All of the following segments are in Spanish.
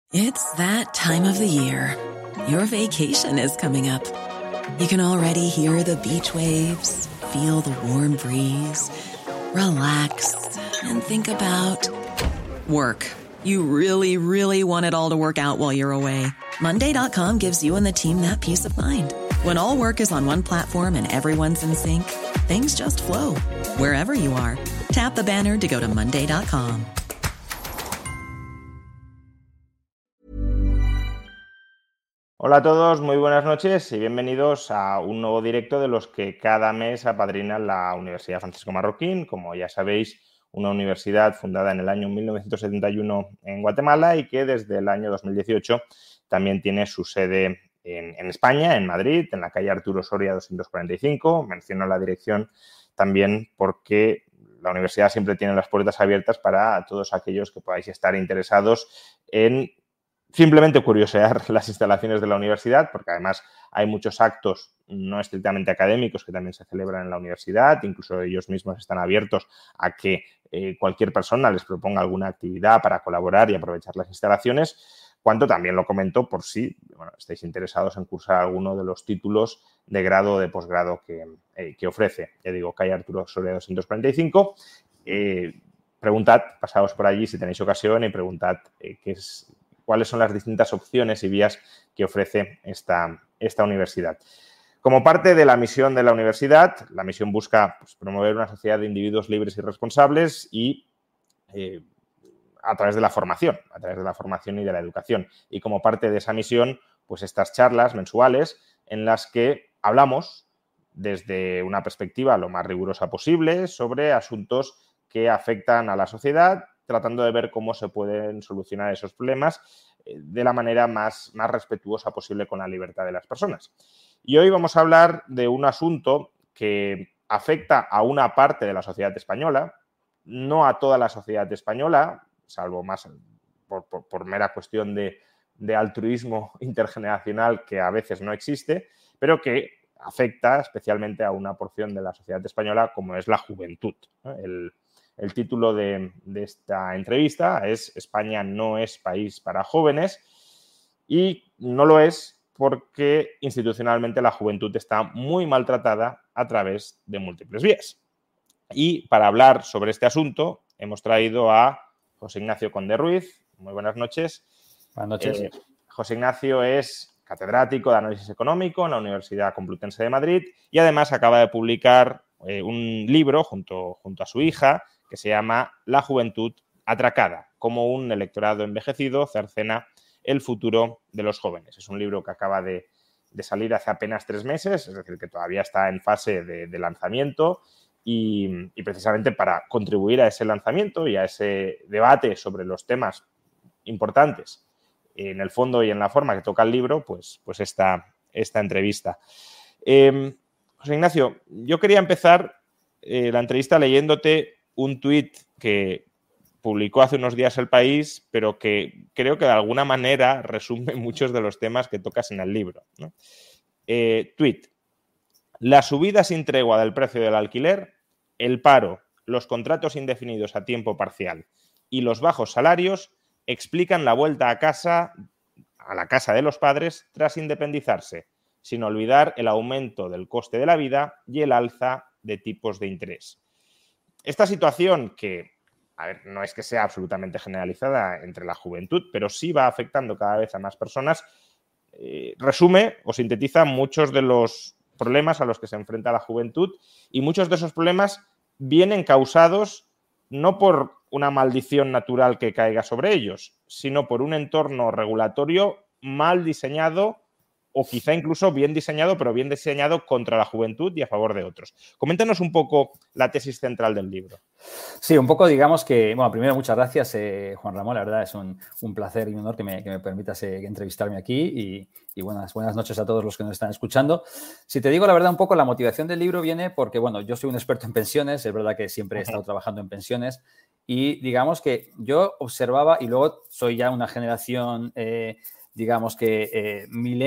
It's that time of the year. Your vacation is coming up. You can already hear the beach waves, feel the warm breeze, relax, and think about work. You really, really want it all to work out while you're away. Monday.com gives you and the team that peace of mind. When all work is on one platform and everyone's in sync, things just flow. Wherever you are, tap the banner to go to Monday.com. Hola a todos, muy buenas noches y bienvenidos a un nuevo directo de los que cada mes apadrina la Universidad Francisco Marroquín. Como ya sabéis, una universidad fundada en el año 1971 en Guatemala y que desde el año 2018 también tiene su sede en España, en Madrid, en la calle Arturo Soria 245. Menciono la dirección también porque la universidad siempre tiene las puertas abiertas para todos aquellos que podáis estar interesados en simplemente curiosear las instalaciones de la universidad, porque además hay muchos actos no estrictamente académicos que también se celebran en la universidad, incluso ellos mismos están abiertos a que cualquier persona les proponga alguna actividad para colaborar y aprovechar las instalaciones, cuanto también lo comento por si estáis interesados en cursar alguno de los títulos de grado o de posgrado que ofrece. Ya digo, calle Arturo Soria 245. Preguntad, pasaos por allí si tenéis ocasión y preguntad cuáles son las distintas opciones y vías que ofrece esta universidad. Como parte de la misión de la universidad, la misión busca promover una sociedad de individuos libres y responsables y a través de la formación y de la educación. Y como parte de esa misión, pues estas charlas mensuales en las que hablamos desde una perspectiva lo más rigurosa posible sobre asuntos que afectan a la sociedad, tratando de ver cómo se pueden solucionar esos problemas de la manera más respetuosa posible con la libertad de las personas. Y hoy vamos a hablar de un asunto que afecta a una parte de la sociedad española, no a toda la sociedad española, salvo más por mera cuestión de altruismo intergeneracional que a veces no existe, pero que afecta especialmente a una porción de la sociedad española como es la juventud. El título de esta entrevista es España no es país para jóvenes y no lo es porque institucionalmente la juventud está muy maltratada a través de múltiples vías. Y para hablar sobre este asunto hemos traído a José Ignacio Conde Ruiz. Muy buenas noches. Buenas noches. José Ignacio es catedrático de Análisis Económico en la Universidad Complutense de Madrid y además acaba de publicar un libro junto a su hija que se llama La juventud atracada, cómo un electorado envejecido cercena el futuro de los jóvenes. Es un libro que acaba de salir hace apenas 3 meses, es decir, que todavía está en fase de lanzamiento y precisamente para contribuir a ese lanzamiento y a ese debate sobre los temas importantes en el fondo y en la forma que toca el libro, pues esta entrevista. José Ignacio, yo quería empezar la entrevista leyéndote un tuit que publicó hace unos días El País, pero que creo que de alguna manera resume muchos de los temas que tocas en el libro, ¿no? Tuit. La subida sin tregua del precio del alquiler, el paro, los contratos indefinidos a tiempo parcial y los bajos salarios explican la vuelta a la casa de los padres tras independizarse, sin olvidar el aumento del coste de la vida y el alza de tipos de interés. Esta situación que, no es que sea absolutamente generalizada entre la juventud, pero sí va afectando cada vez a más personas, resume o sintetiza muchos de los problemas a los que se enfrenta la juventud y muchos de esos problemas vienen causados no por una maldición natural que caiga sobre ellos, sino por un entorno regulatorio mal diseñado o quizá incluso bien diseñado, pero bien diseñado contra la juventud y a favor de otros. Coméntanos un poco la tesis central del libro. Sí, un poco digamos que, bueno, primero muchas gracias, Juan Ramón, la verdad es un placer y un honor que me permitas entrevistarme aquí y buenas noches a todos los que nos están escuchando. Si te digo la verdad un poco, la motivación del libro viene porque, bueno, yo soy un experto en pensiones, es verdad que siempre he estado trabajando en pensiones y digamos que yo observaba, y luego soy ya una generación digamos que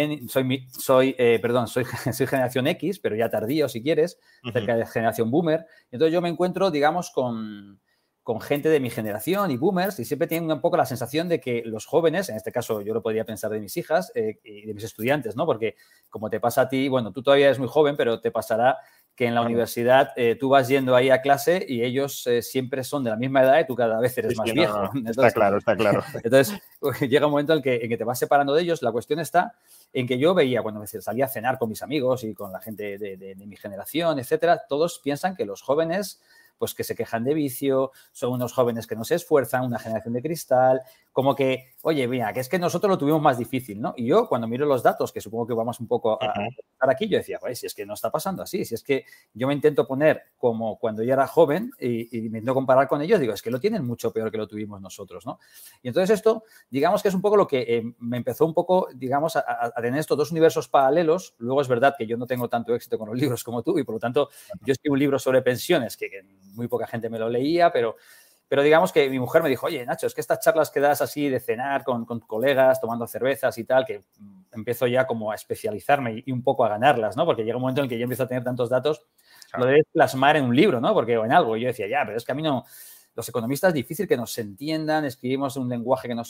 soy generación X, pero ya tardío si quieres, cerca de generación boomer. Entonces yo me encuentro, digamos, con con gente de mi generación y boomers, y siempre tienen un poco la sensación de que los jóvenes, en este caso yo lo podría pensar de mis hijas y de mis estudiantes, ¿no? Porque como te pasa a ti, bueno, tú todavía eres muy joven, pero te pasará que en la universidad tú vas yendo ahí a clase y ellos siempre son de la misma edad y tú cada vez eres más viejo. No. Entonces, está claro, está claro. Entonces, llega un momento en que te vas separando de ellos. La cuestión está en que yo veía, cuando salía a cenar con mis amigos y con la gente de mi generación, etcétera, todos piensan que los jóvenes, pues que se quejan de vicio, son unos jóvenes que no se esfuerzan, una generación de cristal, como que, oye, mira, que es que nosotros lo tuvimos más difícil, ¿no? Y yo, cuando miro los datos, que supongo que vamos un poco a estar aquí, yo decía, pues si es que no está pasando así, si es que yo me intento poner como cuando yo era joven y me intento comparar con ellos, digo, es que lo tienen mucho peor que lo tuvimos nosotros, ¿no? Y entonces esto, digamos que es un poco lo que me empezó un poco, digamos, a tener estos dos universos paralelos. Luego es verdad que yo no tengo tanto éxito con los libros como tú y por lo tanto yo escribí un libro sobre pensiones que muy poca gente me lo leía, pero digamos que mi mujer me dijo, oye, Nacho, es que estas charlas que das así de cenar con colegas, tomando cervezas y tal, que empiezo ya como a especializarme y un poco a ganarlas, ¿no? Porque llega un momento en el que yo empiezo a tener tantos datos, claro, lo debes plasmar en un libro, ¿no? Porque, o en algo. Y yo decía, ya, pero es que a mí no... Los economistas es difícil que nos entiendan, escribimos un lenguaje que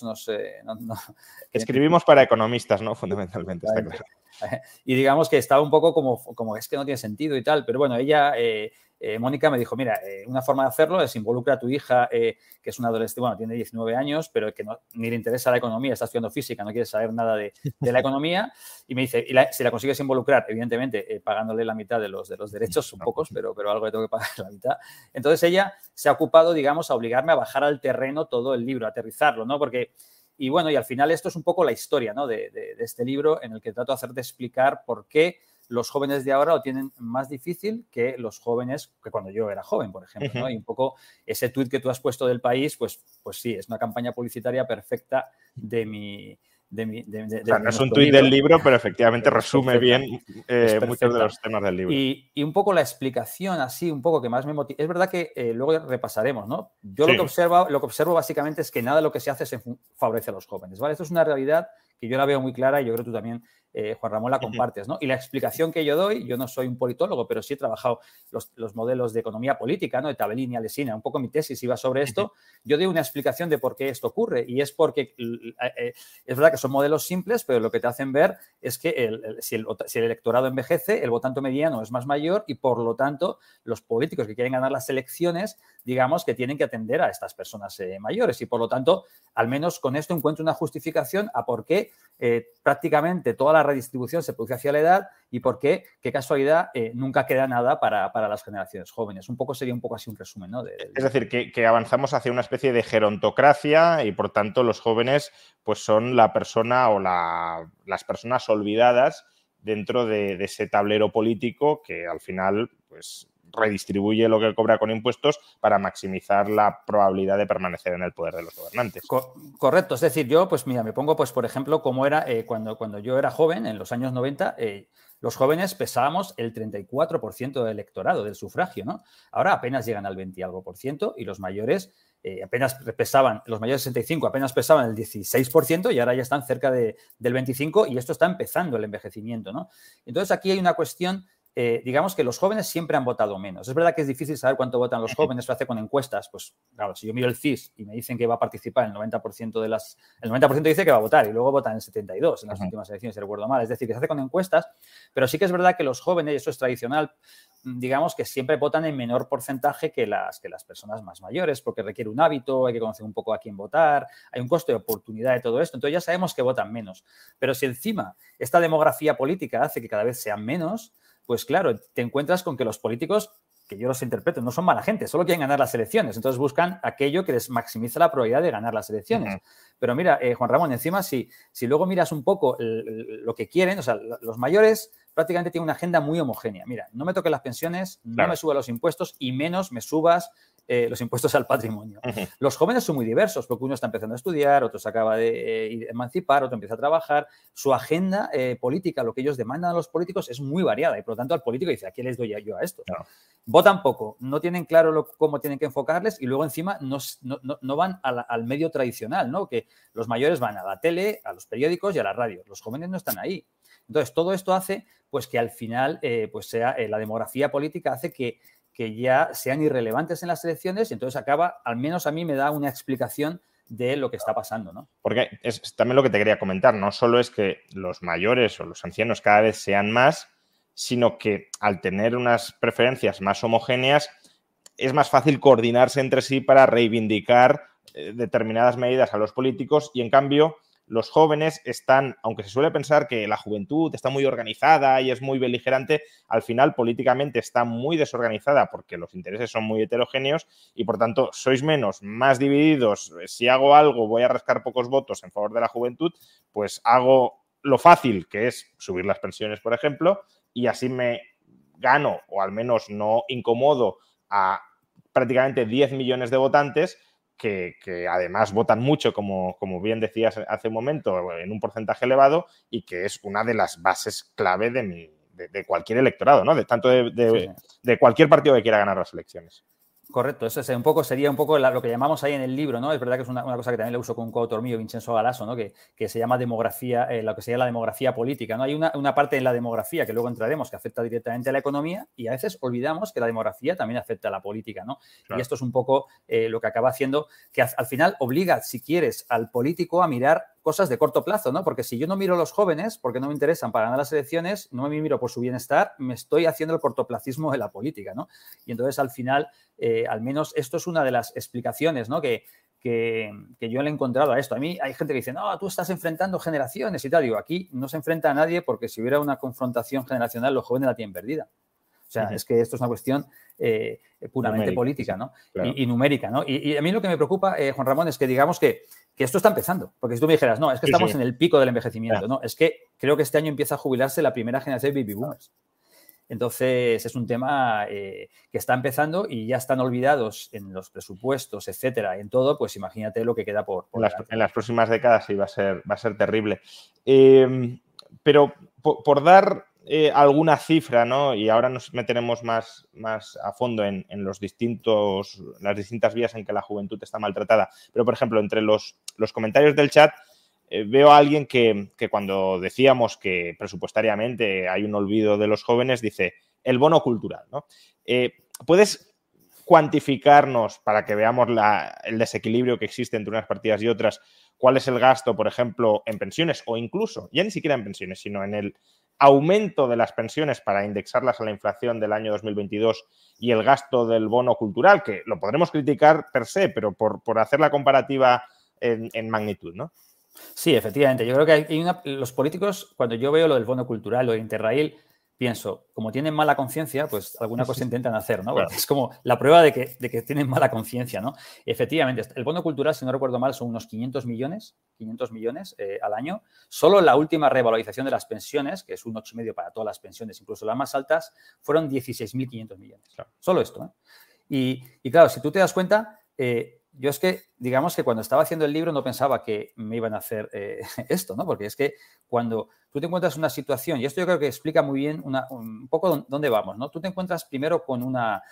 Escribimos para economistas, ¿no? Fundamentalmente, está claro. Y digamos que estaba un poco como es que no tiene sentido y tal, pero bueno, ella... Mónica me dijo, mira, una forma de hacerlo es involucra a tu hija, que es una adolescente, bueno, tiene 19 años, pero que ni le interesa la economía, está estudiando física, no quiere saber nada de la economía. Y me dice, si la consigues involucrar, evidentemente, pagándole la mitad de los derechos, son pocos, pero algo le tengo que pagar la mitad. Entonces ella se ha ocupado, digamos, a obligarme a bajar al terreno todo el libro, a aterrizarlo, ¿no? Porque... Y bueno, y al final esto es un poco la historia, ¿no? de este libro en el que trato de hacerte explicar por qué los jóvenes de ahora lo tienen más difícil que los jóvenes que cuando yo era joven, por ejemplo, ¿no? Y un poco ese tuit que tú has puesto del País, pues sí, es una campaña publicitaria perfecta de mi... O sea, no es un tuit del libro, pero efectivamente resume bien muchos de los temas del libro. Y un poco la explicación así, un poco que más me motiva. Es verdad que luego repasaremos, ¿no? Yo lo que observo básicamente es que nada de lo que se hace favorece a los jóvenes, ¿vale? Esto es una realidad que yo la veo muy clara y yo creo que tú también, Juan Ramón, la compartes, ¿no? Y la explicación que yo doy, yo no soy un politólogo, pero sí he trabajado los modelos de economía política, ¿no? De Tabellín y Alesina, un poco mi tesis iba sobre esto. Yo doy una explicación de por qué esto ocurre y es porque es verdad que son modelos simples, pero lo que te hacen ver es que si el electorado envejece, el votante mediano es más mayor y, por lo tanto, los políticos que quieren ganar las elecciones, digamos que tienen que atender a estas personas mayores y, por lo tanto, al menos con esto encuentro una justificación a por qué prácticamente toda la redistribución se produce hacia la edad y por qué casualidad, nunca queda nada para las generaciones jóvenes. Sería un poco así un resumen, ¿no? Es decir, que avanzamos hacia una especie de gerontocracia y, por tanto, los jóvenes pues son la persona o las personas olvidadas dentro de ese tablero político que al final pues redistribuye lo que cobra con impuestos para maximizar la probabilidad de permanecer en el poder de los gobernantes. Correcto. Es decir, yo, pues mira, me pongo, pues por ejemplo, como era cuando yo era joven, en los años 90, los jóvenes pesábamos el 34% del electorado, del sufragio, ¿no? Ahora apenas llegan al 20 y algo por ciento y los mayores apenas pesaban, los mayores de 65 apenas pesaban el 16% y ahora ya están cerca del 25% y esto está empezando el envejecimiento, ¿no? Entonces aquí hay una cuestión. Digamos que los jóvenes siempre han votado menos. Es verdad que es difícil saber cuánto votan los jóvenes, se hace con encuestas. Pues claro, si yo miro el CIS y me dicen que va a participar el 90% el 90% dice que va a votar y luego votan el 72% en las últimas elecciones, si recuerdo mal. Es decir, que se hace con encuestas, pero sí que es verdad que los jóvenes, y eso es tradicional, digamos que siempre votan en menor porcentaje que las personas más mayores, porque requiere un hábito, hay que conocer un poco a quién votar, hay un coste de oportunidad de todo esto, entonces ya sabemos que votan menos. Pero si encima esta demografía política hace que cada vez sean menos, pues claro, te encuentras con que los políticos, que yo los interpreto, no son mala gente, solo quieren ganar las elecciones. Entonces buscan aquello que les maximiza la probabilidad de ganar las elecciones. Pero mira, Juan Ramón, encima, si luego miras un poco lo que quieren, o sea, los mayores prácticamente tienen una agenda muy homogénea. Mira, no me toques las pensiones, no me subas los impuestos y menos me subas los impuestos al patrimonio. Los jóvenes son muy diversos porque uno está empezando a estudiar, otro se acaba de emancipar, otro empieza a trabajar. Su agenda política, lo que ellos demandan a los políticos es muy variada y por lo tanto al político dice, ¿a qué les doy yo a esto? No. Votan poco, no tienen claro cómo tienen que enfocarles y luego encima no van al medio tradicional, ¿no? Que los mayores van a la tele, a los periódicos y a la radio. Los jóvenes no están ahí. Entonces todo esto hace pues que al final pues sea la demografía política hace que que ya sean irrelevantes en las elecciones y entonces acaba, al menos a mí me da una explicación de lo que está pasando, ¿no? Porque es también lo que te quería comentar, no solo es que los mayores o los ancianos cada vez sean más, sino que al tener unas preferencias más homogéneas es más fácil coordinarse entre sí para reivindicar determinadas medidas a los políticos y en cambio los jóvenes están, aunque se suele pensar que la juventud está muy organizada y es muy beligerante, al final políticamente está muy desorganizada porque los intereses son muy heterogéneos y por tanto sois más divididos. Si hago algo voy a rascar pocos votos en favor de la juventud, pues hago lo fácil, que es subir las pensiones, por ejemplo, y así me gano o al menos no incomodo a prácticamente 10 millones de votantes que además votan mucho, como bien decías hace un momento, en un porcentaje elevado y que es una de las bases clave de cualquier electorado, ¿no? De cualquier partido que quiera ganar las elecciones. Correcto, eso sería un poco lo que llamamos ahí en el libro, ¿no? Es verdad que es una cosa que también le uso con un coautor mío, Vincenzo Galasso, ¿no? Que se llama demografía, lo que sería la demografía política, ¿no? Hay una parte en la demografía que luego entraremos que afecta directamente a la economía y a veces olvidamos que la demografía también afecta a la política, ¿no? Claro. Y esto es un poco lo que acaba haciendo que al final obliga, si quieres, al político a mirar cosas de corto plazo, ¿no? Porque si yo no miro a los jóvenes, porque no me interesan para ganar las elecciones, no me miro por su bienestar, me estoy haciendo el cortoplacismo de la política, ¿no? Y entonces, al final, al menos esto es una de las explicaciones, ¿no? Que yo le he encontrado a esto. A mí hay gente que dice, no, tú estás enfrentando generaciones y tal. Digo, aquí no se enfrenta a nadie porque si hubiera una confrontación generacional, los jóvenes la tienen perdida. O sea, es que esto es una cuestión puramente numérica, política, ¿no? Claro. Y numérica, ¿no? Y a mí lo que me preocupa, Juan Ramón, es que digamos que esto está empezando. Porque si tú me dijeras, no, es que estamos en el pico del envejecimiento. Claro. No, es que creo que este año empieza a jubilarse la primera generación de baby boomers. Entonces, es un tema que está empezando y ya están olvidados en los presupuestos, etcétera, en todo, pues imagínate lo que queda por en las próximas décadas sí va a ser terrible. Pero por dar alguna cifra, ¿no? Y ahora nos meteremos más a fondo en las distintas vías en que la juventud está maltratada. Pero, por ejemplo, entre los comentarios del chat veo a alguien que cuando decíamos que presupuestariamente hay un olvido de los jóvenes, dice el bono cultural, ¿no? ¿Puedes cuantificarnos, para que veamos el desequilibrio que existe entre unas partidas y otras, cuál es el gasto, por ejemplo, en pensiones o incluso, ya ni siquiera en pensiones, sino en el aumento de las pensiones para indexarlas a la inflación del año 2022 y el gasto del bono cultural, que lo podremos criticar per se, pero por hacer la comparativa en magnitud, ¿no? Sí, efectivamente. Yo creo que los políticos, cuando yo veo lo del bono cultural o de Interrail, pienso, como tienen mala conciencia, pues alguna cosa intentan hacer, ¿no? Claro. Es como la prueba de que tienen mala conciencia, ¿no? Efectivamente, el bono cultural, si no recuerdo mal, son unos 500 millones al año. Solo la última revalorización de las pensiones, que es un 8,5 para todas las pensiones, incluso las más altas, fueron 16.500 millones. Claro. Solo esto, ¿eh? Y claro, si tú te das cuenta, yo es que, digamos que cuando estaba haciendo el libro no pensaba que me iban a hacer esto, ¿no? Porque es que cuando tú te encuentras en una situación, y esto yo creo que explica muy bien un poco dónde vamos, ¿no? Tú te encuentras primero con una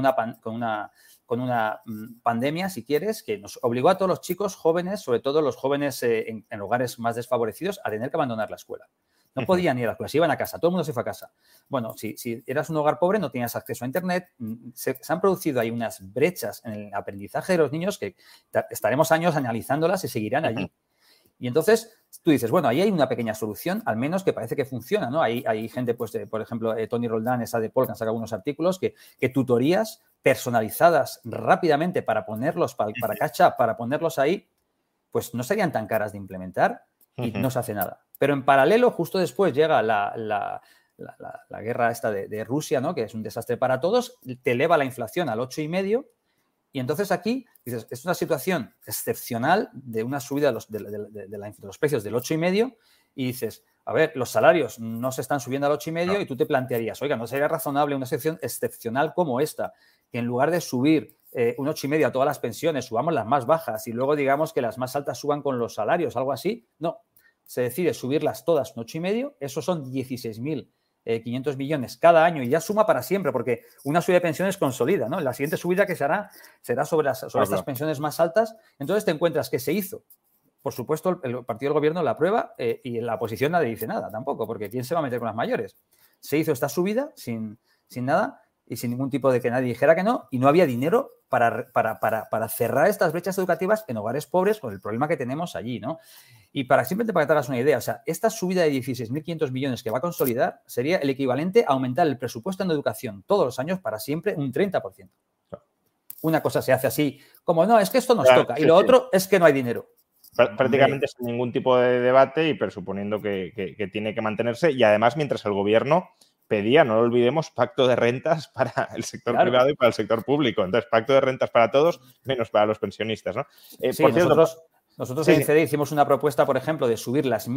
pandemia, si quieres, que nos obligó a todos los chicos jóvenes, sobre todo los jóvenes en hogares más desfavorecidos, a tener que abandonar la escuela. No podían ir a la escuela, se iban a casa, todo el mundo se fue a casa. Bueno, si eras un hogar pobre, no tenías acceso a Internet. Se han producido ahí unas brechas en el aprendizaje de los niños que estaremos años analizándolas y seguirán allí. Y entonces tú dices, bueno, ahí hay una pequeña solución, al menos que parece que funciona, ¿no? Hay gente, pues, por ejemplo, Tony Roldán, esa de Paul, que han sacado unos artículos que tutorías personalizadas rápidamente para ponerlos, para catch up, para ponerlos ahí, pues no serían tan caras de implementar y no se hace nada. Pero en paralelo, justo después llega la guerra esta de Rusia, ¿no? Que es un desastre para todos, te eleva la inflación al 8,5 y entonces aquí dices, es una situación excepcional de una subida de los precios del 8,5 y dices, a ver, los salarios no se están subiendo al 8,5 y tú te plantearías, oiga, ¿no sería razonable una situación excepcional como esta, que en lugar de subir un 8,5 a todas las pensiones, subamos las más bajas y luego digamos que las más altas suban con los salarios, algo así? No. Se decide subirlas todas un 8,5, esos son 16.500 millones cada año y ya suma para siempre, porque una subida de pensiones consolida, ¿no? La siguiente subida que se hará será sobre estas pensiones más altas. Entonces te encuentras que se hizo. Por supuesto, el partido del gobierno la aprueba y la oposición nadie dice nada tampoco, porque ¿quién se va a meter con las mayores? Se hizo esta subida sin nada y sin ningún tipo de que nadie dijera que no, y no había dinero para cerrar estas brechas educativas en hogares pobres con el problema que tenemos allí, ¿no? Y simplemente para que te hagas una idea, o sea, esta subida de 16.500 millones que va a consolidar sería el equivalente a aumentar el presupuesto en educación todos los años para siempre un 30%. Una cosa se hace así, como no, es que esto nos toca, y lo otro es que no hay dinero. Prácticamente sin ningún tipo de debate y presuponiendo que tiene que mantenerse. Y además, mientras el gobierno pedía, no lo olvidemos, pacto de rentas para el sector privado y para el sector público. Entonces, pacto de rentas para todos, menos para los pensionistas, ¿no? Sí, por cierto, nosotros en ICD hicimos una propuesta, por ejemplo, de subir las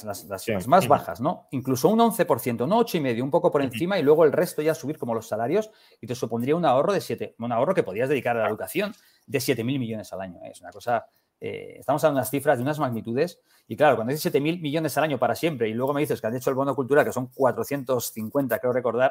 más bajas, ¿no? Incluso un 11%, no 8,5%, un poco por encima, y luego el resto ya subir como los salarios, y te supondría un ahorro un ahorro que podías dedicar a la educación de 7.000 millones al año. Es una cosa... estamos hablando de unas cifras de unas magnitudes, y claro, cuando dices 7.000 millones al año para siempre, y luego me dices que han hecho el bono cultural, que son 450, creo recordar,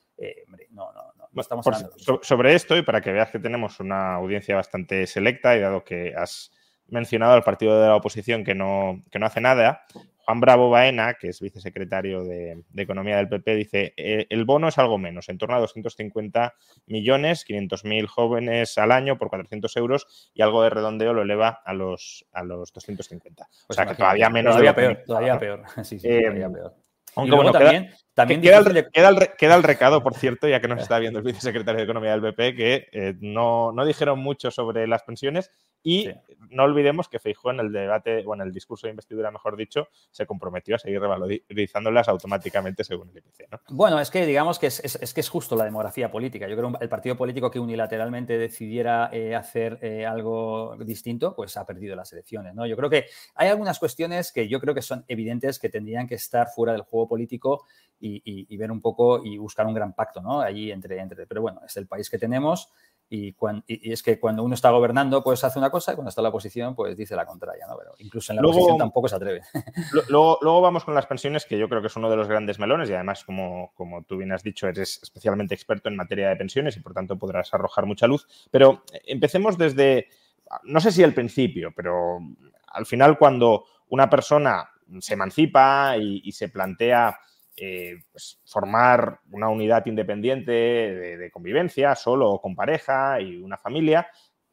no estamos hablando. Sobre esto, y para que veas que tenemos una audiencia bastante selecta, y dado que has mencionado al partido de la oposición que no hace nada, Juan Bravo Baena, que es vicesecretario de Economía del PP, dice el bono es algo menos, en torno a 250 millones, 500.000 jóvenes al año por 400 euros y algo de redondeo lo eleva a los 250. Pues o sea, que todavía menos. Todavía peor. Sí, todavía peor. Aunque bueno, también queda el recado, por cierto, ya que nos está viendo el vicesecretario de Economía del PP, que no dijeron mucho sobre las pensiones y no olvidemos que Feijóo en el debate, o en el discurso de investidura, mejor dicho, se comprometió a seguir revalorizándolas automáticamente según el IPC, ¿no? Bueno, es que digamos que es justo la demografía política. Yo creo que el partido político que unilateralmente decidiera hacer algo distinto, pues ha perdido las elecciones, ¿no? Yo creo que hay algunas cuestiones que yo creo que son evidentes que tendrían que estar fuera del juego político y ver un poco y buscar un gran pacto, ¿no? Allí pero bueno, es el país que tenemos y es que cuando uno está gobernando pues hace una cosa y cuando está en la oposición pues dice la contraria, ¿no? Pero incluso en la oposición tampoco se atreve. Luego vamos con las pensiones, que yo creo que es uno de los grandes melones y además, como tú bien has dicho, eres especialmente experto en materia de pensiones y por tanto podrás arrojar mucha luz. Pero empecemos desde, no sé si el principio, pero al final cuando una persona se emancipa y se plantea pues formar una unidad independiente de convivencia, solo o con pareja y una familia,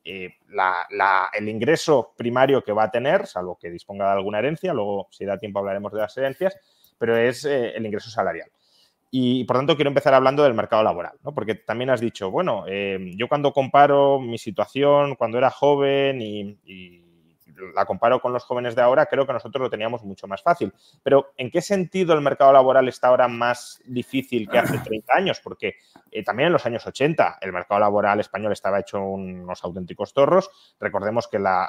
el ingreso primario que va a tener, salvo que disponga de alguna herencia, luego si da tiempo hablaremos de las herencias, pero es el ingreso salarial. Y por tanto quiero empezar hablando del mercado laboral, ¿no? Porque también has dicho, bueno, yo cuando comparo mi situación cuando era joven y la comparo con los jóvenes de ahora, creo que nosotros lo teníamos mucho más fácil. Pero ¿en qué sentido el mercado laboral está ahora más difícil que hace 30 años? Porque también en los años 80 el mercado laboral español estaba hecho unos auténticos torros. Recordemos que la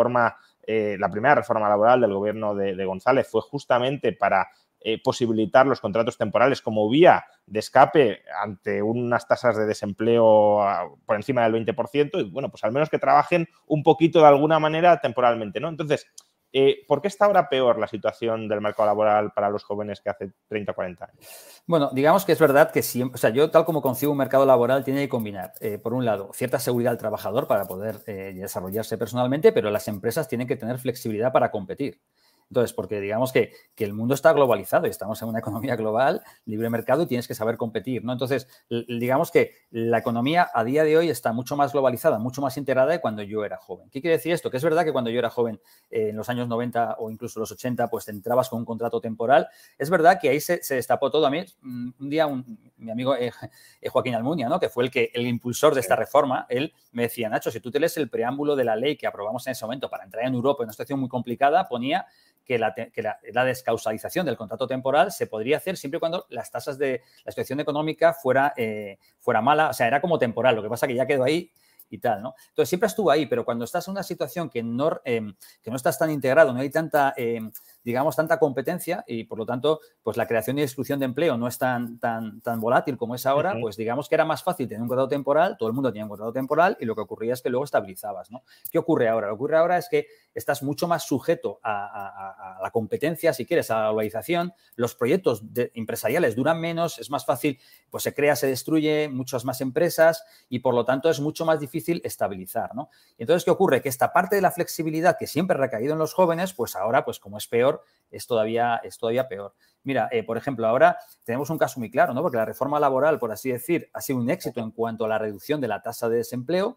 primera reforma laboral del gobierno de González fue justamente para posibilitar los contratos temporales como vía de escape ante unas tasas de desempleo por encima del 20% y, bueno, pues al menos que trabajen un poquito de alguna manera temporalmente, ¿no? Entonces, ¿por qué está ahora peor la situación del mercado laboral para los jóvenes que hace 30 o 40 años? Bueno, digamos que es verdad que siempre, o sea, yo tal como concibo un mercado laboral tiene que combinar, por un lado, cierta seguridad al trabajador para poder desarrollarse personalmente, pero las empresas tienen que tener flexibilidad para competir. Entonces, porque digamos que el mundo está globalizado y estamos en una economía global, libre mercado y tienes que saber competir, ¿no? Entonces, digamos que la economía a día de hoy está mucho más globalizada, mucho más integrada de cuando yo era joven. ¿Qué quiere decir esto? Que es verdad que cuando yo era joven, en los años 90 o incluso los 80, pues entrabas con un contrato temporal. Es verdad que ahí se destapó todo. A mí, un día, mi amigo Joaquín Almunia, ¿no? Que fue el impulsor de esta reforma, él me decía, Nacho, si tú te lees el preámbulo de la ley que aprobamos en ese momento para entrar en Europa en una situación muy complicada, ponía que la descausalización del contrato temporal se podría hacer siempre y cuando las tasas de la situación económica fuera mala, o sea, era como temporal, lo que pasa que ya quedó ahí y tal, ¿no? Entonces, siempre estuvo ahí, pero cuando estás en una situación que no estás tan integrado, no hay tanta, digamos, tanta competencia y, por lo tanto, pues la creación y destrucción de empleo no es tan volátil como es ahora, pues digamos que era más fácil tener un contrato temporal, todo el mundo tenía un contrato temporal y lo que ocurría es que luego estabilizabas, ¿no? ¿Qué ocurre ahora? Lo que ocurre ahora es que estás mucho más sujeto a la competencia, si quieres, a la globalización, los proyectos empresariales duran menos, es más fácil, pues se crea, se destruye, muchas más empresas y, por lo tanto, es mucho más difícil estabilizar, ¿no? Y entonces, ¿qué ocurre? Que esta parte de la flexibilidad que siempre ha recaído en los jóvenes, pues ahora, pues como es peor, peor, es todavía peor. Mira, por ejemplo, ahora tenemos un caso muy claro, ¿no? Porque la reforma laboral, por así decir, ha sido un éxito en cuanto a la reducción de la tasa de desempleo,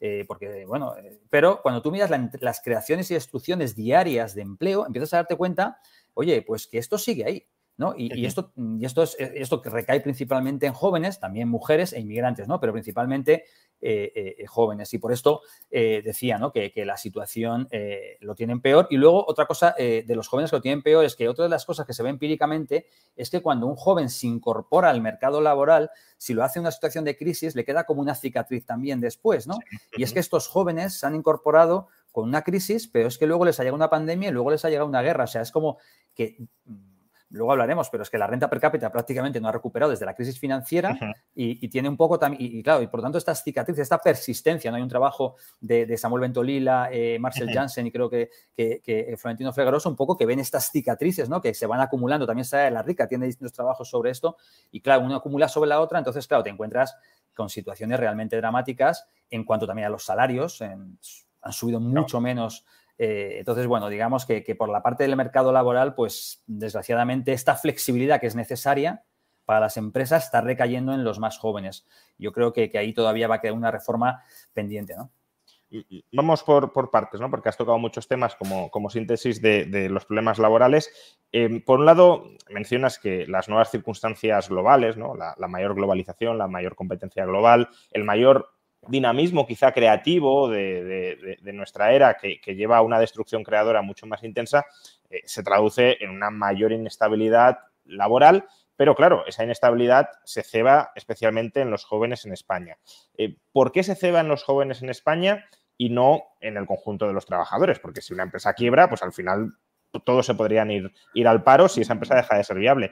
pero cuando tú miras las creaciones y destrucciones diarias de empleo, empiezas a darte cuenta, oye, pues que esto sigue ahí, ¿no? Y esto que recae principalmente en jóvenes, también mujeres e inmigrantes, ¿no? Pero principalmente jóvenes. Y por esto decía, ¿no? que la situación lo tienen peor. Y luego otra cosa de los jóvenes que lo tienen peor es que otra de las cosas que se ve empíricamente es que cuando un joven se incorpora al mercado laboral, si lo hace en una situación de crisis, le queda como una cicatriz también después, ¿no? Y es que estos jóvenes se han incorporado con una crisis, pero es que luego les ha llegado una pandemia y luego les ha llegado una guerra. O sea, es como que... Luego hablaremos, pero es que la renta per cápita prácticamente no ha recuperado desde la crisis financiera y tiene un poco también, y claro, y por tanto estas cicatrices, esta persistencia, ¿no? Hay un trabajo de Samuel Bentolila, Marcel Janssen y creo que Florentino Fregaroso, un poco que ven estas cicatrices, ¿no? Que se van acumulando. También está La Rica, tiene distintos trabajos sobre esto y claro, una acumula sobre la otra, entonces claro, te encuentras con situaciones realmente dramáticas en cuanto también a los salarios, han subido mucho menos. Entonces, bueno, digamos que por la parte del mercado laboral, pues desgraciadamente esta flexibilidad que es necesaria para las empresas está recayendo en los más jóvenes. Yo creo que ahí todavía va a quedar una reforma pendiente, ¿no? Vamos por partes, ¿no? Porque has tocado muchos temas como síntesis de los problemas laborales. Por un lado, mencionas que las nuevas circunstancias globales, ¿no? La mayor globalización, la mayor competencia global, el mayor dinamismo quizá creativo de nuestra era que lleva a una destrucción creadora mucho más intensa, se traduce en una mayor inestabilidad laboral, pero claro, esa inestabilidad se ceba especialmente en los jóvenes en España. ¿Por qué se ceba en los jóvenes en España y no en el conjunto de los trabajadores? Porque si una empresa quiebra, pues al final todos se podrían ir al paro si esa empresa deja de ser viable.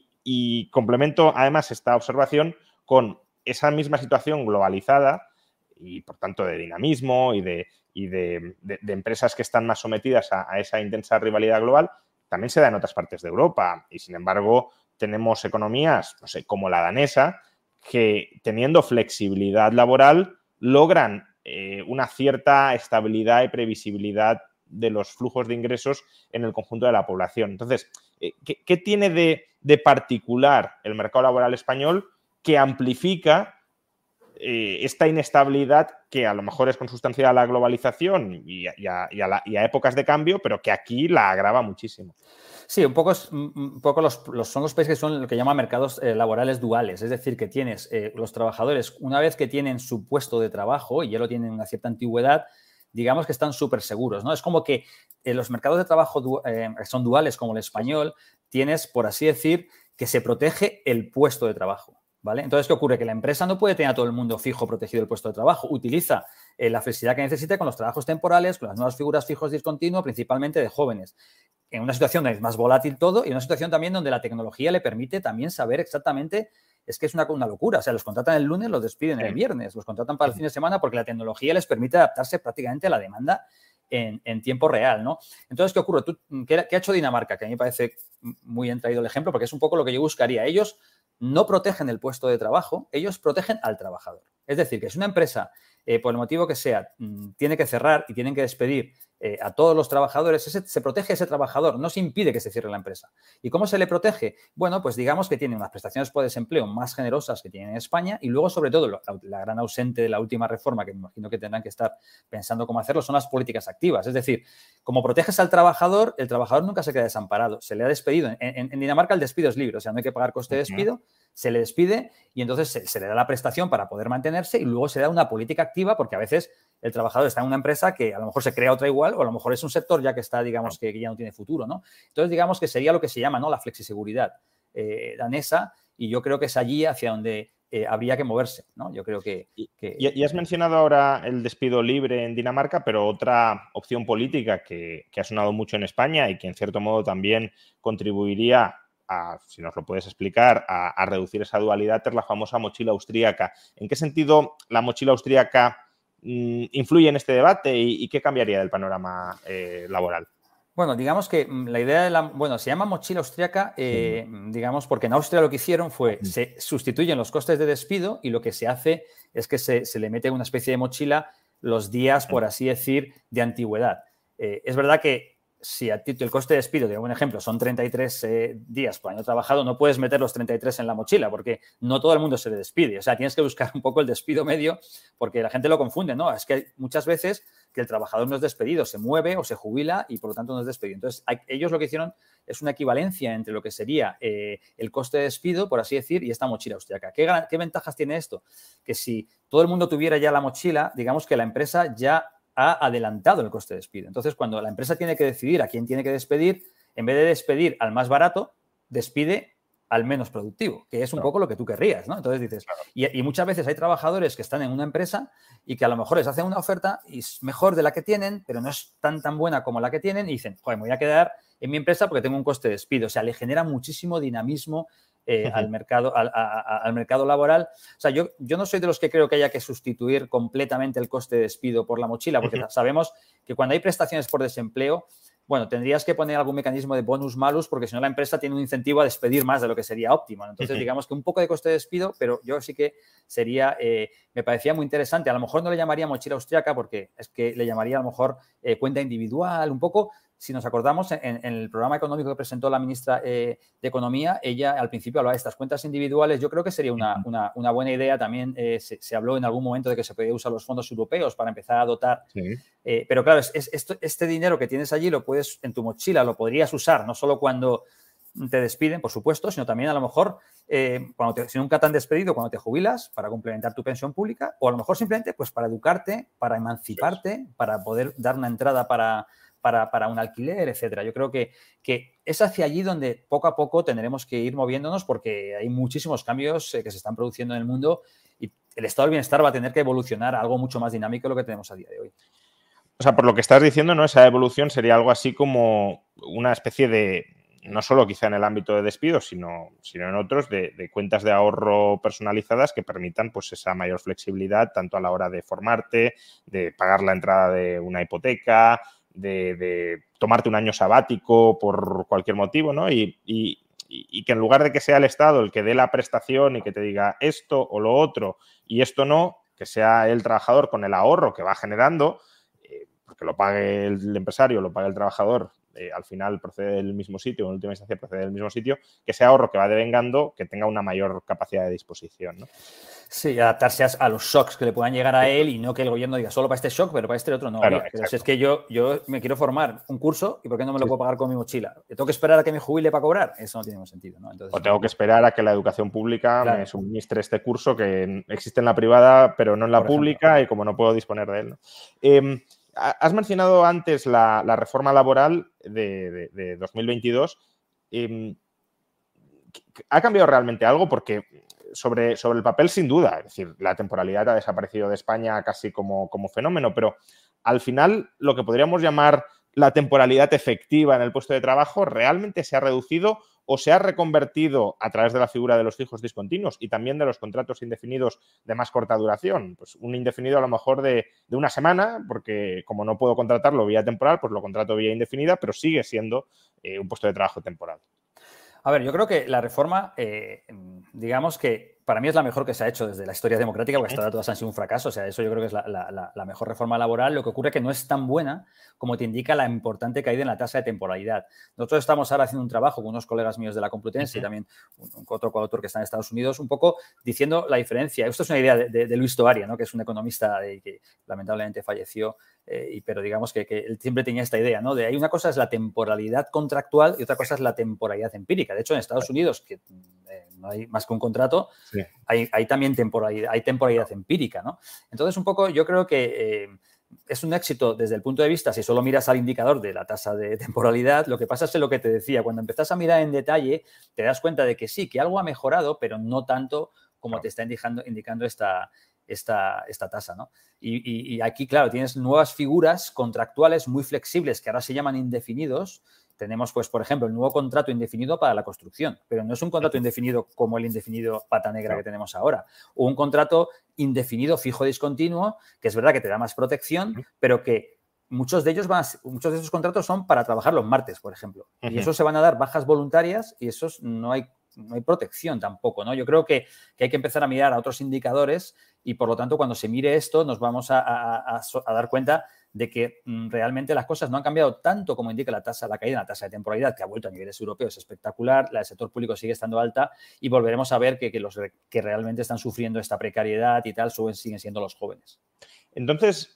Y complemento además esta observación con esa misma situación globalizada y por tanto de dinamismo y de empresas que están más sometidas a esa intensa rivalidad global, también se da en otras partes de Europa. Y sin embargo, tenemos economías, no sé, como la danesa, que teniendo flexibilidad laboral logran una cierta estabilidad y previsibilidad de los flujos de ingresos en el conjunto de la población. Entonces, ¿qué tiene de particular el mercado laboral español que amplifica esta inestabilidad que a lo mejor es consustancial a la globalización y a épocas de cambio, pero que aquí la agrava muchísimo? Sí, un poco son los países que son lo que llaman mercados laborales duales, es decir, que tienes los trabajadores, una vez que tienen su puesto de trabajo y ya lo tienen una cierta antigüedad, digamos que están súper seguros, ¿no? Es como que los mercados de trabajo son duales como el español, tienes, por así decir, que se protege el puesto de trabajo. ¿Vale? Entonces, ¿qué ocurre? Que la empresa no puede tener a todo el mundo fijo protegido el puesto de trabajo. Utiliza la flexibilidad que necesita con los trabajos temporales, con las nuevas figuras fijos discontinuos, principalmente de jóvenes. En una situación donde es más volátil todo y en una situación también donde la tecnología le permite también saber exactamente, es que es una locura. O sea, los contratan el lunes, los despiden el viernes, los contratan para el fin de semana porque la tecnología les permite adaptarse prácticamente a la demanda en tiempo real, ¿no? Entonces, ¿qué ocurre? ¿Qué ha hecho Dinamarca? Que a mí me parece muy bien traído el ejemplo porque es un poco lo que yo buscaría. Ellos no protegen el puesto de trabajo, ellos protegen al trabajador. Es decir, que si una empresa, por el motivo que sea, tiene que cerrar y tienen que despedir a todos los trabajadores, se protege a ese trabajador, no se impide que se cierre la empresa. ¿Y cómo se le protege? Bueno, pues digamos que tiene unas prestaciones por desempleo más generosas que tienen en España y luego, sobre todo, la gran ausente de la última reforma, que me imagino que tendrán que estar pensando cómo hacerlo, son las políticas activas. Es decir, como proteges al trabajador, el trabajador nunca se queda desamparado. Se le ha despedido. En Dinamarca el despido es libre, o sea, no hay que pagar coste de despido, se le despide y entonces se le da la prestación para poder mantenerse y luego se da una política activa porque a veces el trabajador está en una empresa que a lo mejor se crea otra igual o a lo mejor es un sector ya que está, digamos, que ya no tiene futuro, ¿no? Entonces, digamos que sería lo que se llama, ¿no?, la flexiseguridad danesa y yo creo que es allí hacia donde habría que moverse, ¿no? Yo creo que... Y has mencionado ahora el despido libre en Dinamarca, pero otra opción política que ha sonado mucho en España y que en cierto modo también contribuiría si nos lo puedes explicar, a reducir esa dualidad es la famosa mochila austríaca. ¿En qué sentido la mochila austríaca influye en este debate y qué cambiaría del panorama laboral? Bueno, digamos que la idea de se llama mochila austríaca, digamos, porque en Austria lo que hicieron fue, se sustituyen los costes de despido y lo que se hace es que se le mete una especie de mochila los días, por así decir, de antigüedad. Es verdad que si a ti el coste de despido, de un ejemplo, son 33 días por año trabajado, no puedes meter los 33 en la mochila porque no todo el mundo se le despide. O sea, tienes que buscar un poco el despido medio porque la gente lo confunde, ¿no? Es que hay muchas veces que el trabajador no es despedido, se mueve o se jubila y por lo tanto no es despedido. Entonces, ellos lo que hicieron es una equivalencia entre lo que sería el coste de despido, por así decir, y esta mochila austríaca. ¿Qué ventajas tiene esto? Que si todo el mundo tuviera ya la mochila, digamos que la empresa ya ha adelantado el coste de despido. Entonces, cuando la empresa tiene que decidir a quién tiene que despedir, en vez de despedir al más barato, despide al menos productivo, que es un poco lo que tú querrías, ¿no? Entonces dices, y muchas veces hay trabajadores que están en una empresa y que a lo mejor les hacen una oferta y es mejor de la que tienen, pero no es tan buena como la que tienen y dicen, joder, me voy a quedar en mi empresa porque tengo un coste de despido. O sea, le genera muchísimo dinamismo al mercado laboral. O sea, yo no soy de los que creo que haya que sustituir completamente el coste de despido por la mochila, porque sabemos que cuando hay prestaciones por desempleo, bueno, tendrías que poner algún mecanismo de bonus-malus porque si no la empresa tiene un incentivo a despedir más de lo que sería óptimo. Entonces, digamos que un poco de coste de despido, pero yo sí que sería, me parecía muy interesante. A lo mejor no le llamaría mochila austríaca porque es que le llamaría a lo mejor cuenta individual, un poco. Si nos acordamos, en el programa económico que presentó la ministra de Economía, ella al principio hablaba de estas cuentas individuales. Yo creo que sería una buena idea. También se habló en algún momento de que se podía usar los fondos europeos para empezar a dotar. Sí. Pero claro, este dinero que tienes allí lo puedes, en tu mochila, lo podrías usar, no solo cuando te despiden, por supuesto, sino también a lo mejor si nunca te han despedido, cuando te jubilas, para complementar tu pensión pública, o a lo mejor simplemente pues para educarte, para emanciparte, para poder dar una entrada para un alquiler, etcétera. Yo creo que es hacia allí donde poco a poco tendremos que ir moviéndonos porque hay muchísimos cambios que se están produciendo en el mundo y el estado del bienestar va a tener que evolucionar a algo mucho más dinámico de lo que tenemos a día de hoy. O sea, por lo que estás diciendo, ¿no? Esa evolución sería algo así como una especie de, no solo quizá en el ámbito de despidos, sino en otros, de cuentas de ahorro personalizadas que permitan pues esa mayor flexibilidad tanto a la hora de formarte, de pagar la entrada de una hipoteca, de tomarte un año sabático por cualquier motivo, ¿no? Y que en lugar de que sea el Estado el que dé la prestación y que te diga esto o lo otro y esto no, que sea el trabajador con el ahorro que va generando, porque lo pague el empresario, lo pague el trabajador, al final procede del mismo sitio, en última instancia procede del mismo sitio, que ese ahorro que va devengando, que tenga una mayor capacidad de disposición, ¿no? Sí, adaptarse a los shocks que le puedan llegar a él y no que el gobierno diga solo para este shock, pero para este otro no. Claro, Oye, pero si es que yo me quiero formar un curso y ¿por qué no me lo puedo pagar con mi mochila? ¿Tengo que esperar a que me jubile para cobrar? Eso no tiene ningún sentido, ¿no? Entonces, o tengo que esperar a que la educación pública me suministre este curso que existe en la privada, pero no en la pública y como no puedo disponer de él, ¿no? Has mencionado antes la reforma laboral de 2022. ¿Ha cambiado realmente algo? Porque sobre el papel, sin duda, es decir, la temporalidad ha desaparecido de España casi como fenómeno, pero al final lo que podríamos llamar la temporalidad efectiva en el puesto de trabajo realmente se ha reducido o se ha reconvertido a través de la figura de los fijos discontinuos y también de los contratos indefinidos de más corta duración. Pues un indefinido a lo mejor de una semana, porque como no puedo contratarlo vía temporal, pues lo contrato vía indefinida, pero sigue siendo un puesto de trabajo temporal. A ver, yo creo que la reforma, digamos que para mí es la mejor que se ha hecho desde la historia democrática, porque hasta ahora todas han sido un fracaso. O sea, eso yo creo que es la mejor reforma laboral. Lo que ocurre es que no es tan buena como te indica la importante caída en la tasa de temporalidad. Nosotros estamos ahora haciendo un trabajo con unos colegas míos de la Complutense y también otro coautor que está en Estados Unidos, un poco diciendo la diferencia. Esto es una idea de Luis Tovaria, ¿no? Que es un economista que lamentablemente falleció, pero digamos que él siempre tenía esta idea, ¿no? De hay una cosa es la temporalidad contractual y otra cosa es la temporalidad empírica. De hecho, en Estados Unidos, que no hay más que un contrato, sí, hay también temporalidad empírica, ¿no? Entonces, un poco yo creo que es un éxito desde el punto de vista, si solo miras al indicador de la tasa de temporalidad, lo que pasa es lo que te decía, cuando empezás a mirar en detalle, te das cuenta de que sí, que algo ha mejorado, pero no tanto como te está indicando esta tasa, ¿no? Y aquí, claro, tienes nuevas figuras contractuales muy flexibles que ahora se llaman indefinidos. Tenemos, pues, por ejemplo, el nuevo contrato indefinido para la construcción, pero no es un contrato indefinido como el indefinido pata negra que tenemos ahora, o un contrato indefinido fijo discontinuo, que es verdad que te da más protección, pero que muchos de esos contratos son para trabajar los martes, por ejemplo, y eso se van a dar bajas voluntarias y esos no hay protección tampoco, ¿no? Yo creo que hay que empezar a mirar a otros indicadores y, por lo tanto, cuando se mire esto, nos vamos a dar cuenta de que realmente las cosas no han cambiado tanto como indica la caída en la tasa de temporalidad, que ha vuelto a niveles europeos espectacular, la del sector público sigue estando alta y volveremos a ver que los que realmente están sufriendo esta precariedad y tal siguen siendo los jóvenes. Entonces,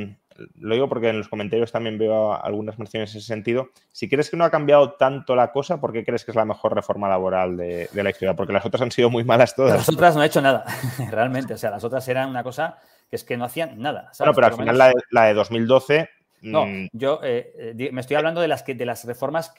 lo digo porque en los comentarios también veo algunas menciones en ese sentido. Si crees que no ha cambiado tanto la cosa, ¿por qué crees que es la mejor reforma laboral de la historia? Porque las otras han sido muy malas todas. Las otras no han hecho nada, realmente. O sea, las otras eran una cosa que es que no hacían nada, ¿sabes? Bueno, pero al final la de 2012... No, yo me estoy hablando de las reformas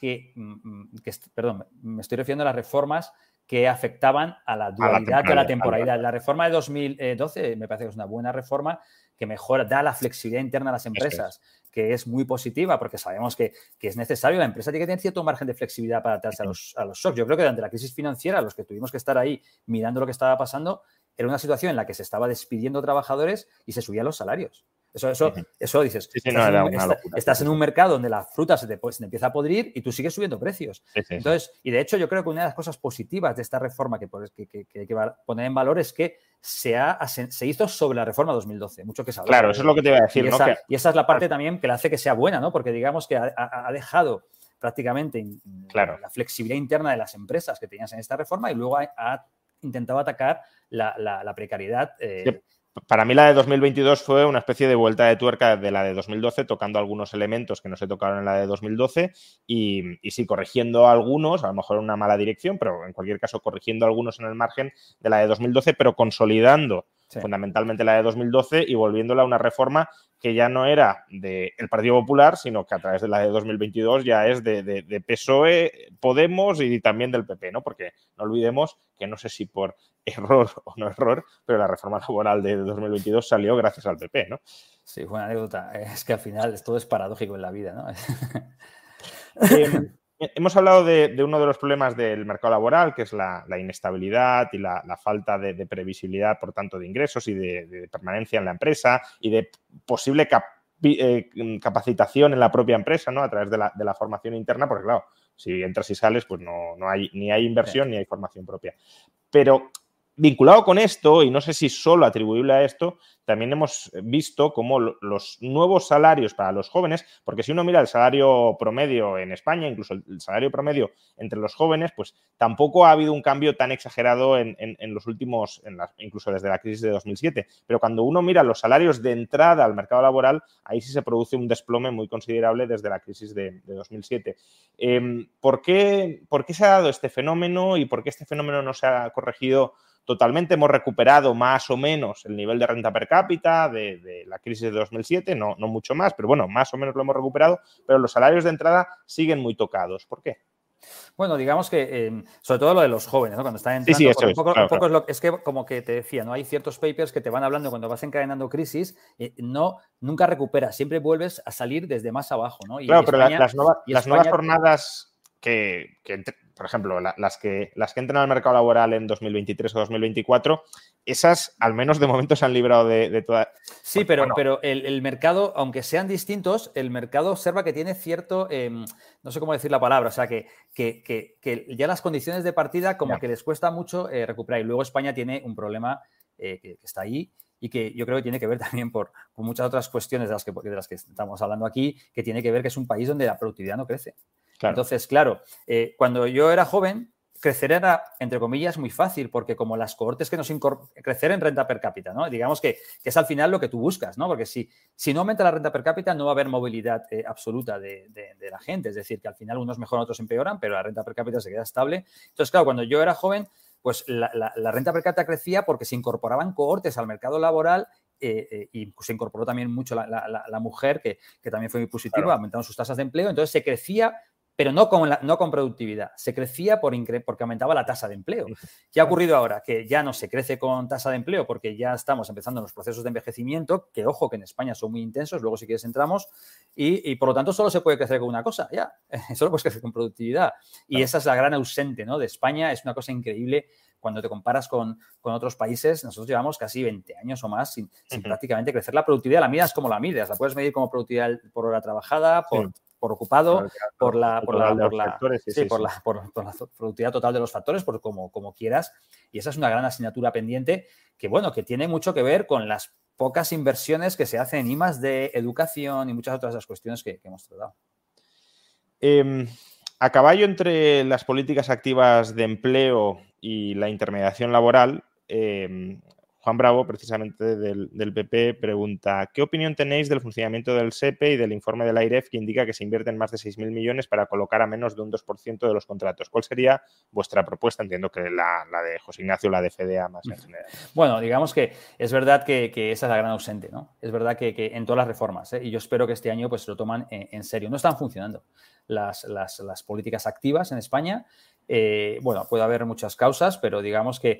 perdón, me estoy refiriendo a las reformas que afectaban a la dualidad o a la temporalidad. La reforma de 2012 me parece que es una buena reforma que mejora, da la flexibilidad interna a las empresas, que es muy positiva porque sabemos que es necesario. La empresa tiene que tener cierto margen de flexibilidad para adaptarse a los shocks. Yo creo que durante la crisis financiera, los que tuvimos que estar ahí mirando lo que estaba pasando, era una situación en la que se estaba despidiendo trabajadores y se subían los salarios. Eso dices, sí, estás en un mercado donde la fruta se te empieza a podrir y tú sigues subiendo precios. Entonces, y de hecho yo creo que una de las cosas positivas de esta reforma que hay que poner en valor es que se hizo sobre la reforma 2012, mucho que se habla. Claro, eso es lo que te iba a decir. Y esa es la parte también que la hace que sea buena, ¿no? Porque digamos que ha dejado prácticamente la flexibilidad interna de las empresas que tenías en esta reforma y luego ha intentado atacar la precariedad. Para mí la de 2022 fue una especie de vuelta de tuerca de la de 2012, tocando algunos elementos que no se tocaron en la de 2012 y sí, corrigiendo algunos, a lo mejor en una mala dirección, pero en cualquier caso corrigiendo algunos en el margen de la de 2012, pero consolidando fundamentalmente la de 2012 y volviéndola a una reforma que ya no era del Partido Popular, sino que a través de la de 2022 ya es de PSOE, Podemos y también del PP, ¿no? Porque no olvidemos que no sé si por error o no error, pero la reforma laboral de 2022 salió gracias al PP, ¿no? Sí, fue una anécdota. Es que al final todo es paradójico en la vida, ¿no? Hemos hablado de uno de los problemas del mercado laboral, que es la inestabilidad y la falta de previsibilidad, por tanto, de ingresos y de permanencia en la empresa y de posible capacitación en la propia empresa, ¿no? A través de la formación interna, porque claro, si entras y sales, pues no hay ni hay inversión ni hay formación propia. Pero vinculado con esto, y no sé si solo atribuible a esto, también hemos visto cómo los nuevos salarios para los jóvenes, porque si uno mira el salario promedio en España, incluso el salario promedio entre los jóvenes, pues tampoco ha habido un cambio tan exagerado en los últimos, incluso desde la crisis de 2007. Pero cuando uno mira los salarios de entrada al mercado laboral, ahí sí se produce un desplome muy considerable desde la crisis de 2007. ¿Por qué se ha dado este fenómeno y por qué este fenómeno no se ha corregido totalmente? Hemos recuperado más o menos el nivel de renta per cápita de la crisis de 2007, no mucho más, pero bueno, más o menos lo hemos recuperado, pero los salarios de entrada siguen muy tocados. ¿Por qué? Bueno, digamos que sobre todo lo de los jóvenes, ¿no? Cuando están entrando, sí, eso claro. Es que como que te decía, ¿no? Hay ciertos papers que te van hablando cuando vas encadenando crisis, nunca recuperas, siempre vuelves a salir desde más abajo, ¿no? Claro, pero las nuevas jornadas que por ejemplo, las que entran al mercado laboral en 2023 o 2024, esas al menos de momento se han librado de toda... Sí, pero el mercado, aunque sean distintos, el mercado observa que tiene cierto, no sé cómo decir la palabra, o sea, que ya las condiciones de partida como que les cuesta mucho recuperar. Y luego España tiene un problema que está ahí y que yo creo que tiene que ver también por muchas otras cuestiones de las que estamos hablando aquí, que tiene que ver que es un país donde la productividad no crece. Claro. Entonces, claro, cuando yo era joven, crecer era, entre comillas, muy fácil, porque como las cohortes que crecer en renta per cápita, ¿no? Digamos que es al final lo que tú buscas, ¿no? Porque si no aumenta la renta per cápita, no va a haber movilidad absoluta de la gente. Es decir, que al final unos mejoran, otros empeoran, pero la renta per cápita se queda estable. Entonces, claro, cuando yo era joven, pues la renta per cápita crecía porque se incorporaban cohortes al mercado laboral y se incorporó también mucho la mujer, que también fue muy positiva, claro. Aumentaron sus tasas de empleo, entonces se crecía, pero no con productividad, se crecía porque aumentaba la tasa de empleo. ¿Qué ha ocurrido ahora? Que ya no se crece con tasa de empleo porque ya estamos empezando en los procesos de envejecimiento, que ojo, que en España son muy intensos, luego si quieres entramos, y por lo tanto solo se puede crecer con una cosa, ya, solo puedes crecer con productividad. Y esa es la gran ausente, ¿no? De España, es una cosa increíble. Cuando te comparas con otros países, nosotros llevamos casi 20 años o más sin prácticamente crecer la productividad. La midas como la mides, la puedes medir como productividad por hora trabajada, por ocupado, por la productividad total de los factores, por como quieras. Y esa es una gran asignatura pendiente que, bueno, que tiene mucho que ver con las pocas inversiones que se hacen en I+D, educación y muchas otras de las cuestiones que hemos tratado. A caballo entre las políticas activas de empleo y la intermediación laboral, Juan Bravo, precisamente del PP, pregunta: ¿qué opinión tenéis del funcionamiento del SEPE y del informe de la AIREF que indica que se invierten más de 6.000 millones para colocar a menos de un 2% de los contratos? ¿Cuál sería vuestra propuesta? Entiendo que la de José Ignacio, la de FDA más en general. Bueno, digamos que es verdad que esa es la gran ausente, ¿no? Es verdad que en todas las reformas, y yo espero que este año pues lo toman en serio. No están funcionando las políticas activas en España. Bueno, puede haber muchas causas, pero digamos que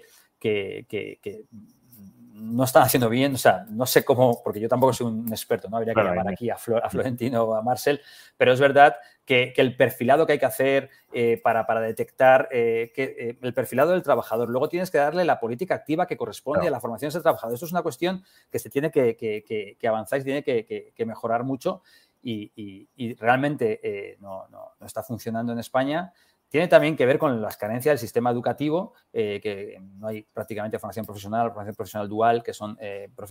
no están haciendo bien, o sea, no sé cómo, porque yo tampoco soy un experto, no habría que llamar aquí a Florentino o a Marcel, pero es verdad que el perfilado que hay que hacer para detectar el perfilado del trabajador, luego tienes que darle la política activa que corresponde a la formación de ese trabajador. Esto es una cuestión que se tiene que avanzar y tiene que mejorar mucho y realmente no está funcionando en España. Tiene también que ver con las carencias del sistema educativo, que no hay prácticamente formación profesional dual, que son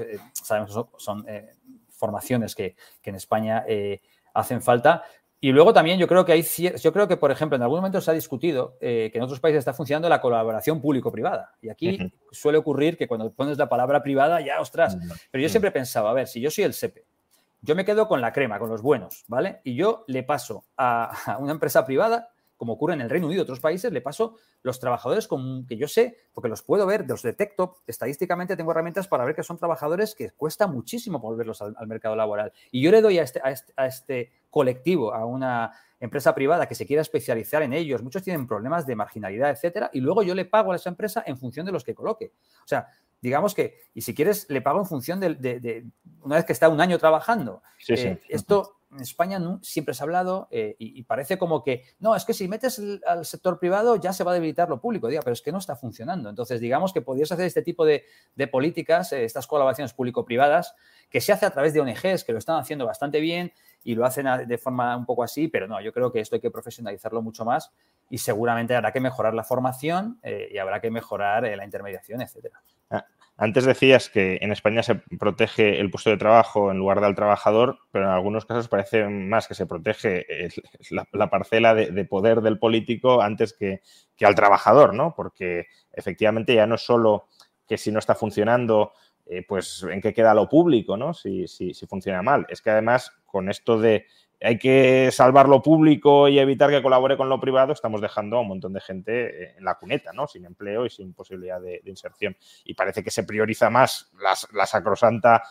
formaciones que en España hacen falta. Y luego también yo creo que, por ejemplo, en algún momento se ha discutido que en otros países está funcionando la colaboración público-privada. Y aquí suele ocurrir que cuando pones la palabra privada, ya, ostras. Pero yo siempre pensaba, a ver, si yo soy el SEPE, yo me quedo con la crema, con los buenos, ¿vale? Y yo le paso a una empresa privada, como ocurre en el Reino Unido y otros países, le paso los trabajadores que yo sé, porque los puedo ver, los detecto, estadísticamente tengo herramientas para ver que son trabajadores que cuesta muchísimo volverlos al mercado laboral. Y yo le doy a este colectivo, a una empresa privada que se quiera especializar en ellos, muchos tienen problemas de marginalidad, etcétera, y luego yo le pago a esa empresa en función de los que coloque. O sea, digamos que, y si quieres, le pago en función de una vez que está un año trabajando. Sí. Esto en España siempre se ha hablado y parece como que, no, es que si metes al sector privado ya se va a debilitar lo público. Diga, pero es que no está funcionando. Entonces, digamos que podrías hacer este tipo de políticas, estas colaboraciones público-privadas, que se hace a través de ONGs, que lo están haciendo bastante bien y lo hacen de forma un poco así, pero no, yo creo que esto hay que profesionalizarlo mucho más y seguramente habrá que mejorar la formación y habrá que mejorar la intermediación, etcétera. Antes decías que en España se protege el puesto de trabajo en lugar del trabajador, pero en algunos casos parece más que se protege la parcela de poder del político antes que al trabajador, ¿no? Porque efectivamente ya no es solo que si no está funcionando, pues en qué queda lo público, ¿no? Si funciona mal. Es que además con esto de hay que salvar lo público y evitar que colabore con lo privado, estamos dejando a un montón de gente en la cuneta, ¿no? Sin empleo y sin posibilidad de inserción. Y parece que se prioriza más la sacrosanta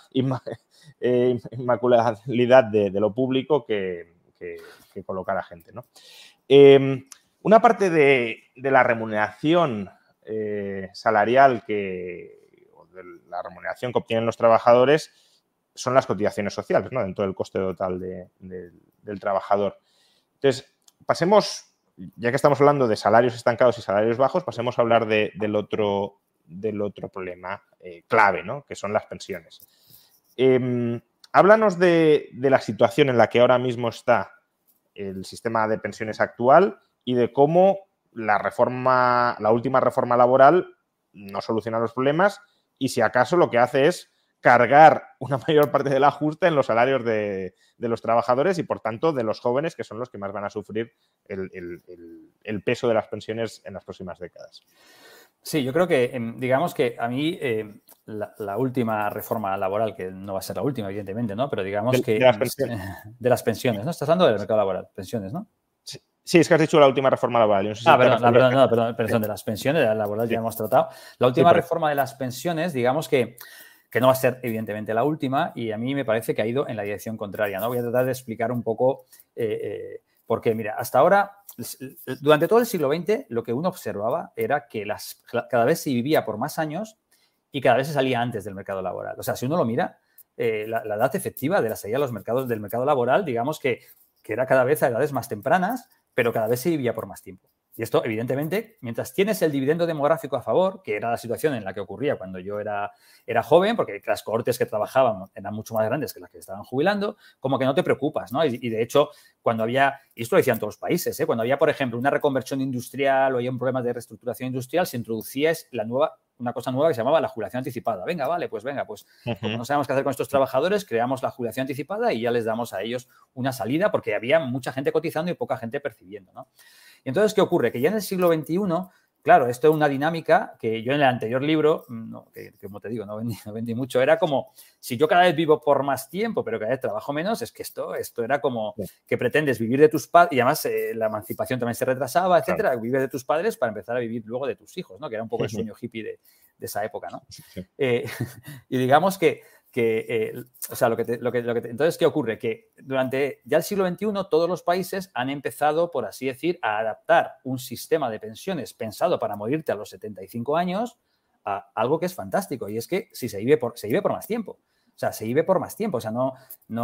inmaculabilidad de lo público que colocar a gente, ¿no? Una parte de la remuneración salarial o de la remuneración que obtienen los trabajadores son las cotizaciones sociales, ¿no? Dentro del coste total del trabajador. Entonces, pasemos, ya que estamos hablando de salarios estancados y salarios bajos, pasemos a hablar del otro problema clave, ¿no? Que son las pensiones. Háblanos de la situación en la que ahora mismo está el sistema de pensiones actual y de cómo la última reforma laboral no soluciona los problemas y si acaso lo que hace es cargar una mayor parte del ajuste en los salarios de los trabajadores y, por tanto, de los jóvenes, que son los que más van a sufrir el peso de las pensiones en las próximas décadas. Sí, yo creo que, digamos que a mí la última reforma laboral, que no va a ser la última, evidentemente, ¿no? Pero digamos que... De las pensiones, ¿no? Estás hablando del mercado laboral, pensiones, ¿no? Sí, es que has dicho la última reforma laboral. No sé si perdón, de las pensiones, de la laboral ya hemos tratado. La última reforma de las pensiones, digamos que no va a ser evidentemente la última y a mí me parece que ha ido en la dirección contraria, ¿no? Voy a tratar de explicar un poco por qué. Mira, hasta ahora, durante todo el siglo XX, lo que uno observaba era que cada vez se vivía por más años y cada vez se salía antes del mercado laboral. O sea, si uno lo mira, la edad efectiva de la salida del mercado laboral, digamos que era cada vez a edades más tempranas, pero cada vez se vivía por más tiempo. Y esto, evidentemente, mientras tienes el dividendo demográfico a favor, que era la situación en la que ocurría cuando yo era joven, porque las cohortes que trabajaban eran mucho más grandes que las que estaban jubilando, como que no te preocupas, ¿no? Y de hecho, cuando había, y esto lo decían todos los países, cuando había, por ejemplo, una reconversión industrial o había un problema de reestructuración industrial, se introducía una cosa nueva que se llamaba la jubilación anticipada. Venga, pues como no sabemos qué hacer con estos trabajadores, creamos la jubilación anticipada y ya les damos a ellos una salida, porque había mucha gente cotizando y poca gente percibiendo, ¿no? Y entonces, ¿qué ocurre? Que ya en el siglo XXI, claro, esto es una dinámica que yo en el anterior libro, que como te digo, no vendí mucho, era como, si yo cada vez vivo por más tiempo, pero cada vez trabajo menos, es que esto era como que pretendes vivir de tus padres, y además la emancipación también se retrasaba, etcétera, claro. Vivir de tus padres para empezar a vivir luego de tus hijos, ¿no? Que era un poco el sueño hippie de esa época, ¿no? Y digamos entonces, ¿qué ocurre? Que durante ya el siglo XXI todos los países han empezado, por así decir, a adaptar un sistema de pensiones pensado para morirte a los 75 años a algo que es fantástico, y es que si se vive por más tiempo. O sea, se vive por más tiempo, o sea, no.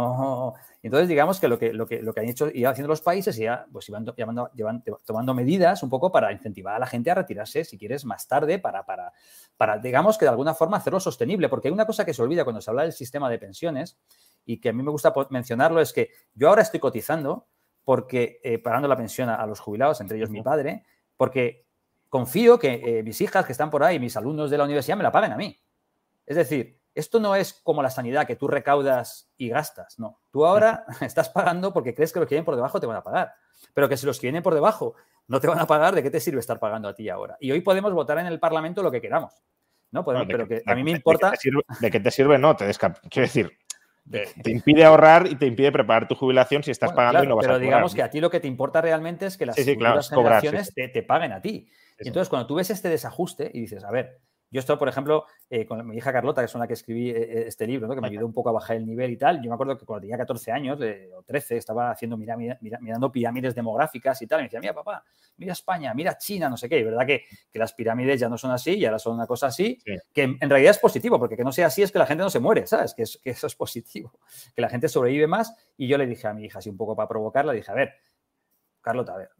Entonces, digamos que lo que han hecho y haciendo los países, ya pues iban tomando medidas un poco para incentivar a la gente a retirarse, si quieres, más tarde, para digamos que de alguna forma hacerlo sostenible, porque hay una cosa que se olvida cuando se habla del sistema de pensiones y que a mí me gusta mencionarlo, es que yo ahora estoy cotizando porque pagando la pensión a los jubilados, entre ellos mi padre, porque confío que mis hijas que están por ahí, mis alumnos de la universidad, me la paguen a mí. Es decir, esto no es como la sanidad, que tú recaudas y gastas, no. Tú ahora estás pagando porque crees que los que vienen por debajo te van a pagar, pero que si los que vienen por debajo no te van a pagar, ¿de qué te sirve estar pagando a ti ahora? Y hoy podemos votar en el Parlamento lo que queramos, ¿no? Pero que a mí me importa... ¿De qué te sirve? No, quiero decir, te impide ahorrar y te impide preparar tu jubilación si estás pagando, claro, y no vas a cobrar. Pero digamos que a ti lo que te importa realmente es que las futuras generaciones te paguen a ti. Y entonces, cuando tú ves este desajuste y dices, a ver... Yo estoy, por ejemplo, con mi hija Carlota, que es con la que escribí este libro, ¿no? Que me ayudó un poco a bajar el nivel y tal. Yo me acuerdo que cuando tenía 14 años o 13 estaba mirando pirámides demográficas y tal. Y me decía, mira, papá, mira España, mira China, no sé qué. Y verdad que las pirámides ya no son así y ahora son una cosa así, que en realidad es positivo, porque que no sea así es que la gente no se muere, ¿sabes? Que eso es positivo, que la gente sobrevive más. Y yo le dije a mi hija, así un poco para provocarla, dije, a ver, Carlota, a ver,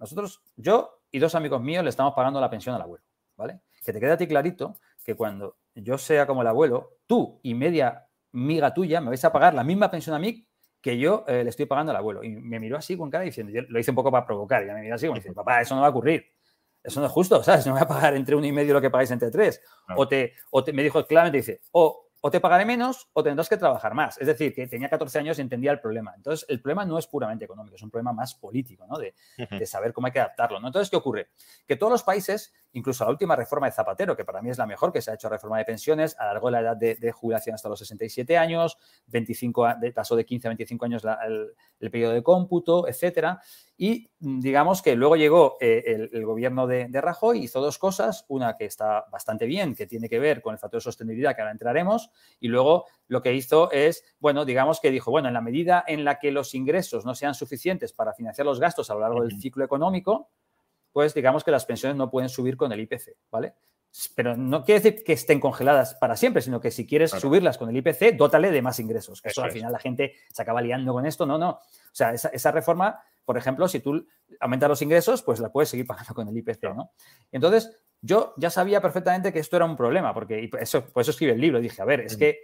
yo y 2 amigos míos le estamos pagando la pensión al abuelo, ¿vale? Que te quede a ti clarito que cuando yo sea como el abuelo, tú y media miga tuya me vais a pagar la misma pensión a mí que yo le estoy pagando al abuelo. Y me miró así con cara diciendo, yo lo hice un poco para provocar, y me miró así como diciendo, papá, eso no va a ocurrir. Eso no es justo, ¿sabes? No voy a pagar entre 1 y medio lo que pagáis entre 3. No. Me dijo claramente, dice, o te pagaré menos o tendrás que trabajar más. Es decir, que tenía 14 años y entendía el problema. Entonces, el problema no es puramente económico, es un problema más político, ¿no? De saber cómo hay que adaptarlo, ¿no? Entonces, ¿qué ocurre? Que todos los países, incluso la última reforma de Zapatero, que para mí es la mejor, que se ha hecho reforma de pensiones, alargó la edad de jubilación hasta los 67 años, pasó de 15 a 25 años el periodo de cómputo, etcétera. Y digamos que luego llegó el gobierno de Rajoy, hizo 2 cosas, una que está bastante bien, que tiene que ver con el factor de sostenibilidad, que ahora entraremos, y luego lo que hizo es, bueno, digamos que dijo, bueno, en la medida en la que los ingresos no sean suficientes para financiar los gastos a lo largo del ciclo económico, pues digamos que las pensiones no pueden subir con el IPC, ¿vale? Pero no quiere decir que estén congeladas para siempre, sino que si quieres subirlas con el IPC, dótale de más ingresos. Que eso al final la gente se acaba liando con esto. No. O sea, esa reforma, por ejemplo, si tú aumentas los ingresos, pues la puedes seguir pagando con el IPC, ¿no? Entonces, yo ya sabía perfectamente que esto era un problema, porque por eso escribí el libro. Dije, a ver, es que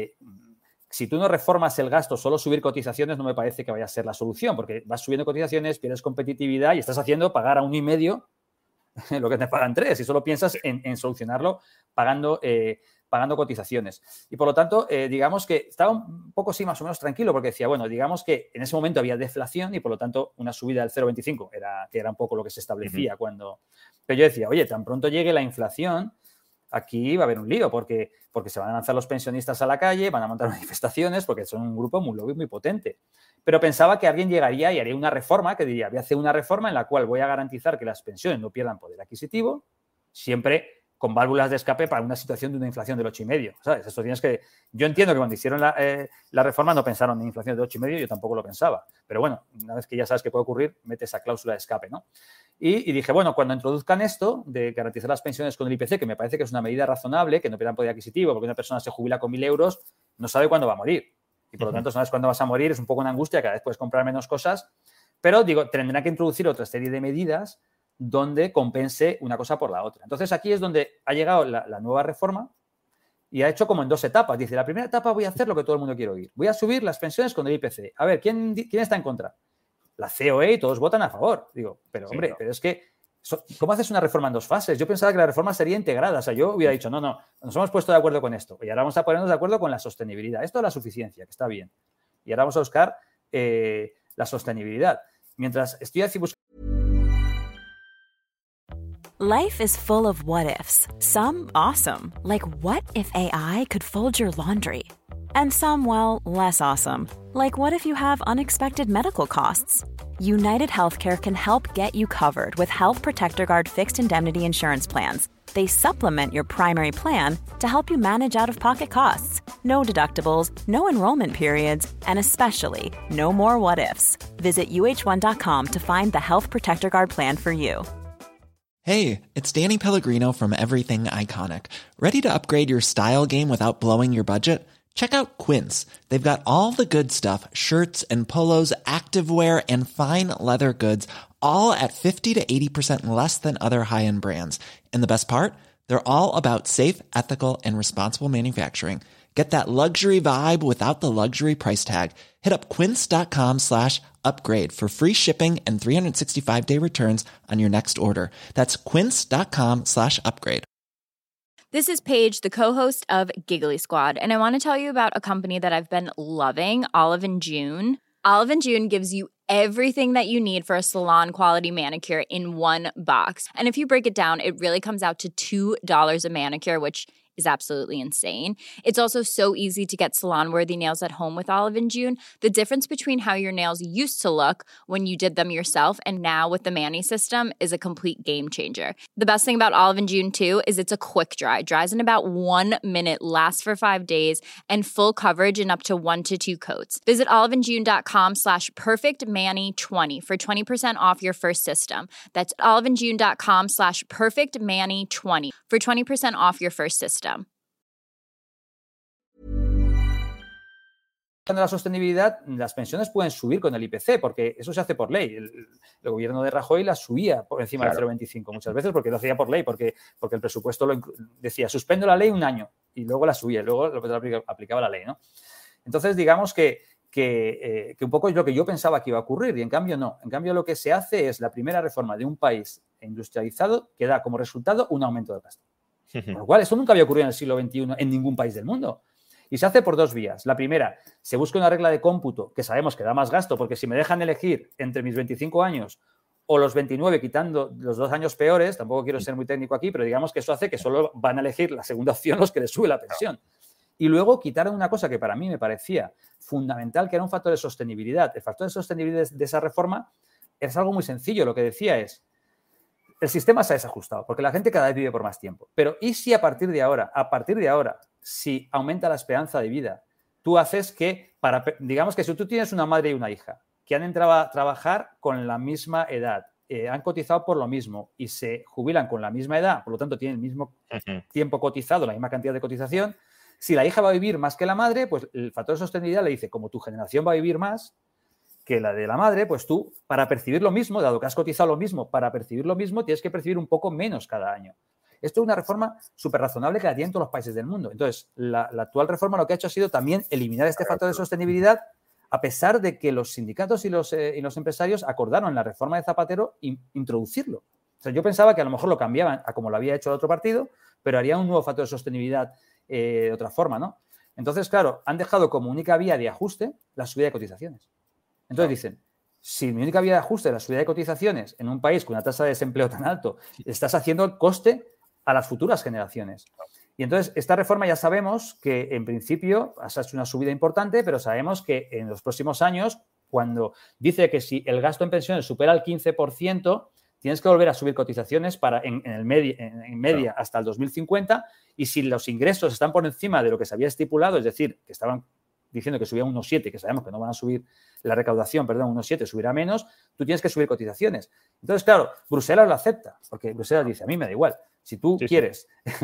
si tú no reformas el gasto, solo subir cotizaciones no me parece que vaya a ser la solución, porque vas subiendo cotizaciones, pierdes competitividad y estás haciendo pagar a 1,5 lo que te pagan 3 y solo piensas en solucionarlo pagando cotizaciones. Y por lo tanto, digamos que estaba un poco sí más o menos tranquilo porque decía, bueno, digamos que en ese momento había deflación y por lo tanto una subida del 0,25 que era un poco lo que se establecía cuando... Pero yo decía, oye, tan pronto llegue la inflación, aquí va a haber un lío porque se van a lanzar los pensionistas a la calle, van a montar manifestaciones porque son un grupo muy potente. Pero pensaba que alguien llegaría y haría una reforma que diría, voy a hacer una reforma en la cual voy a garantizar que las pensiones no pierdan poder adquisitivo, siempre con válvulas de escape para una situación de una inflación del 8,5, ¿sabes? Esto tienes que... Yo entiendo que cuando hicieron la reforma no pensaron en inflación del 8,5, yo tampoco lo pensaba. Pero bueno, una vez que ya sabes que puede ocurrir, mete esa cláusula de escape, ¿no? Y dije, bueno, cuando introduzcan esto de garantizar las pensiones con el IPC, que me parece que es una medida razonable, que no pierdan poder adquisitivo, porque una persona se jubila con 1.000 euros, no sabe cuándo va a morir. Y por lo tanto, si no sabes cuándo vas a morir, es un poco una angustia, cada vez puedes comprar menos cosas. Pero, digo, tendrán que introducir otra serie de medidas donde compense una cosa por la otra. Entonces, aquí es donde ha llegado la nueva reforma y ha hecho como en 2 etapas. Dice, la primera etapa voy a hacer lo que todo el mundo quiere oír. Voy a subir las pensiones con el IPC. A ver, ¿quién está en contra? La COE y todos votan a favor. Digo, pero hombre, pero es que, ¿cómo haces una reforma en 2 fases? Yo pensaba que la reforma sería integrada. O sea, yo hubiera dicho, no, nos hemos puesto de acuerdo con esto. Y ahora vamos a ponernos de acuerdo con la sostenibilidad. Esto es la suficiencia, que está bien. Y ahora vamos a buscar la sostenibilidad. Mientras estoy así buscando... Life is full of what-ifs. Some awesome, like what if AI could fold your laundry? And some, well, less awesome, like what if you have unexpected medical costs? United Healthcare can help get you covered with Health Protector Guard fixed indemnity insurance plans. They supplement your primary plan to help you manage out-of-pocket costs. No deductibles, no enrollment periods, and especially no more what-ifs. Visit uh1.com to find the Health Protector Guard plan for you. Hey, it's Danny Pellegrino from Everything Iconic. Ready to upgrade your style game without blowing your budget? Check out Quince. They've got all the good stuff, shirts and polos, activewear, and fine leather goods, all at 50 to 80% less than other high-end brands. And the best part? They're all about safe, ethical, and responsible manufacturing. Get that luxury vibe without the luxury price tag. Hit up quince.com/upgrade for free shipping and 365-day returns on your next order. That's quince.com/upgrade. This is Paige, the co-host of Giggly Squad, and I want to tell you about a company that I've been loving, Olive & June. Olive & June gives you everything that you need for a salon-quality manicure in one box. And if you break it down, it really comes out to $2 a manicure, which is absolutely insane. It's also so easy to get salon-worthy nails at home with Olive & June. The difference between how your nails used to look when you did them yourself and now with the Mani system is a complete game changer. The best thing about Olive & June, too, is it's a quick dry. Dries in about 1 minute, lasts for 5 days, and full coverage in up to 1 to 2 coats. Visit oliveandjune.com/perfectmani20 for 20% off your first system. That's oliveandjune.com/perfectmani20 for 20% off your first system. La sostenibilidad, las pensiones pueden subir con el IPC, porque eso se hace por ley. El gobierno de Rajoy las subía por encima del 0,25 muchas veces, porque lo hacía por ley, porque el presupuesto decía, suspendo la ley 1 año, y luego la subía, y luego aplicaba la ley, ¿no? Entonces, digamos que un poco es lo que yo pensaba que iba a ocurrir, y en cambio no. En cambio, lo que se hace es la primera reforma de un país industrializado que da como resultado un aumento de gasto. Por lo cual, esto nunca había ocurrido en el siglo XXI en ningún país del mundo. Y se hace por 2 vías. La primera, se busca una regla de cómputo que sabemos que da más gasto, porque si me dejan elegir entre mis 25 años o los 29, quitando los 2 años peores, tampoco quiero ser muy técnico aquí, pero digamos que eso hace que solo van a elegir la segunda opción los que les sube la pensión. Y luego quitaron una cosa que para mí me parecía fundamental, que era un factor de sostenibilidad. El factor de sostenibilidad de esa reforma es algo muy sencillo. Lo que decía es, el sistema se ha desajustado, porque la gente cada vez vive por más tiempo. Pero ¿y si a partir de ahora, si aumenta la esperanza de vida, tú haces que, digamos que si tú tienes una madre y una hija que han entrado a trabajar con la misma edad, han cotizado por lo mismo y se jubilan con la misma edad, por lo tanto tienen el mismo tiempo cotizado, la misma cantidad de cotización, si la hija va a vivir más que la madre, pues el factor de sostenibilidad le dice, como tu generación va a vivir más que la de la madre, pues tú, para percibir lo mismo, dado que has cotizado lo mismo, para percibir lo mismo, tienes que percibir un poco menos cada año. Esto es una reforma súper razonable que la tienen todos los países del mundo. Entonces, la actual reforma lo que ha hecho ha sido también eliminar este factor de sostenibilidad, a pesar de que los sindicatos y los empresarios acordaron en la reforma de Zapatero introducirlo. O sea, yo pensaba que a lo mejor lo cambiaban a como lo había hecho el otro partido, pero harían un nuevo factor de sostenibilidad de otra forma, ¿no? Entonces, claro, han dejado como única vía de ajuste la subida de cotizaciones. Entonces dicen, si mi única vía de ajuste es la subida de cotizaciones en un país con una tasa de desempleo tan alto, estás haciendo el coste a las futuras generaciones. Y entonces, esta reforma ya sabemos que, en principio, has hecho una subida importante, pero sabemos que en los próximos años, cuando dice que si el gasto en pensiones supera el 15%, tienes que volver a subir cotizaciones en media hasta el 2050, y si los ingresos están por encima de lo que se había estipulado, es decir, que estaban diciendo que subían un 1,7, que sabemos que no van a subir la recaudación, un 1,7 subirá menos, tú tienes que subir cotizaciones. Entonces, claro, Bruselas lo acepta, porque Bruselas dice, a mí me da igual. Si tú quieres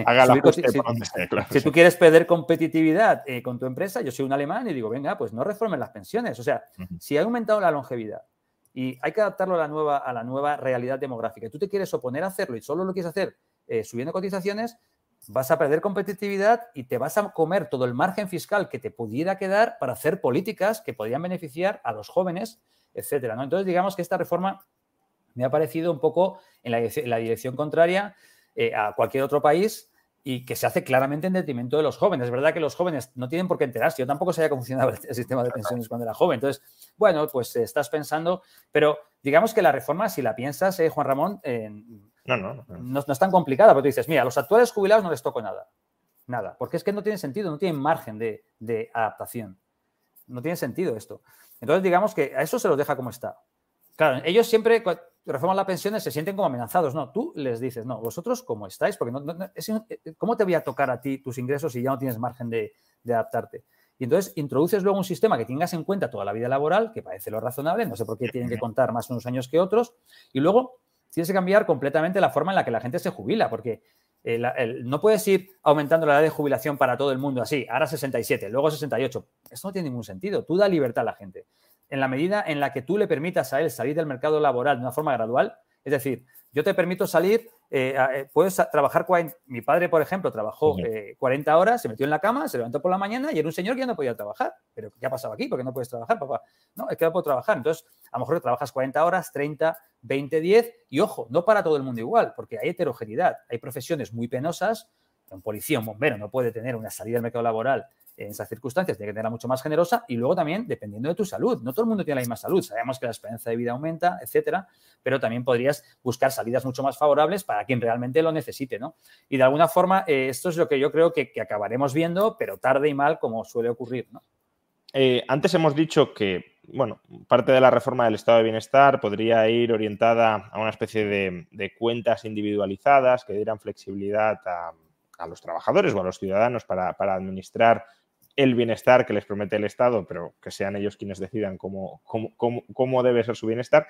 si tú quieres perder competitividad con tu empresa, yo soy un alemán y digo, venga, pues no reformen las pensiones. O sea, si ha aumentado la longevidad Y hay que adaptarlo a la nueva realidad demográfica. Y tú te quieres oponer a hacerlo y solo lo quieres hacer subiendo cotizaciones, vas a perder competitividad y te vas a comer todo el margen fiscal que te pudiera quedar para hacer políticas que podrían beneficiar a los jóvenes, etcétera, ¿no? Entonces, digamos que esta reforma me ha parecido un poco en la dirección contraria a cualquier otro país y que se hace claramente en detrimento de los jóvenes. Es verdad que los jóvenes no tienen por qué enterarse. Yo tampoco sabía cómo funcionaba el sistema de pensiones cuando era joven. Entonces, bueno, pues estás pensando, pero digamos que la reforma, si la piensas, Juan Ramón, no es tan complicada, porque tú dices, mira, a los actuales jubilados no les toco nada, porque es que no tiene sentido, no tienen margen de adaptación. No tiene sentido esto. Entonces, digamos que a eso se los deja como está. Claro, ellos siempre reforman las pensiones, se sienten como amenazados. No, tú les dices, no, vosotros cómo estáis, porque ¿cómo te voy a tocar a ti tus ingresos si ya no tienes margen de adaptarte? Y entonces introduces luego un sistema que tengas en cuenta toda la vida laboral, que parece lo razonable, no sé por qué tienen que contar más unos años que otros, y luego tienes que cambiar completamente la forma en la que la gente se jubila, porque no puedes ir aumentando la edad de jubilación para todo el mundo así, ahora 67, luego 68. Esto no tiene ningún sentido. Tú da libertad a la gente. En la medida en la que tú le permitas a él salir del mercado laboral de una forma gradual, es decir, yo te permito salir, puedes trabajar, mi padre, por ejemplo, trabajó 40 horas, se metió en la cama, se levantó por la mañana y era un señor que ya no podía trabajar. ¿Pero qué ha pasado aquí? ¿Por qué no puedes trabajar, papá? No, es que no puedo trabajar. Entonces, a lo mejor trabajas 40 horas, 30, 20, 10 y, ojo, no para todo el mundo igual, porque hay heterogeneidad. Hay profesiones muy penosas. Un policía, un bombero no puede tener una salida al mercado laboral en esas circunstancias, tiene que tenerla mucho más generosa y luego también dependiendo de tu salud. No todo el mundo tiene la misma salud. Sabemos que la esperanza de vida aumenta, etcétera, pero también podrías buscar salidas mucho más favorables para quien realmente lo necesite, ¿no? Y de alguna forma esto es lo que yo creo que acabaremos viendo, pero tarde y mal, como suele ocurrir, ¿no? Antes hemos dicho que, bueno, parte de la reforma del estado de bienestar podría ir orientada a una especie de cuentas individualizadas que dieran flexibilidad a los trabajadores o a los ciudadanos para administrar el bienestar que les promete el Estado, pero que sean ellos quienes decidan cómo debe ser su bienestar.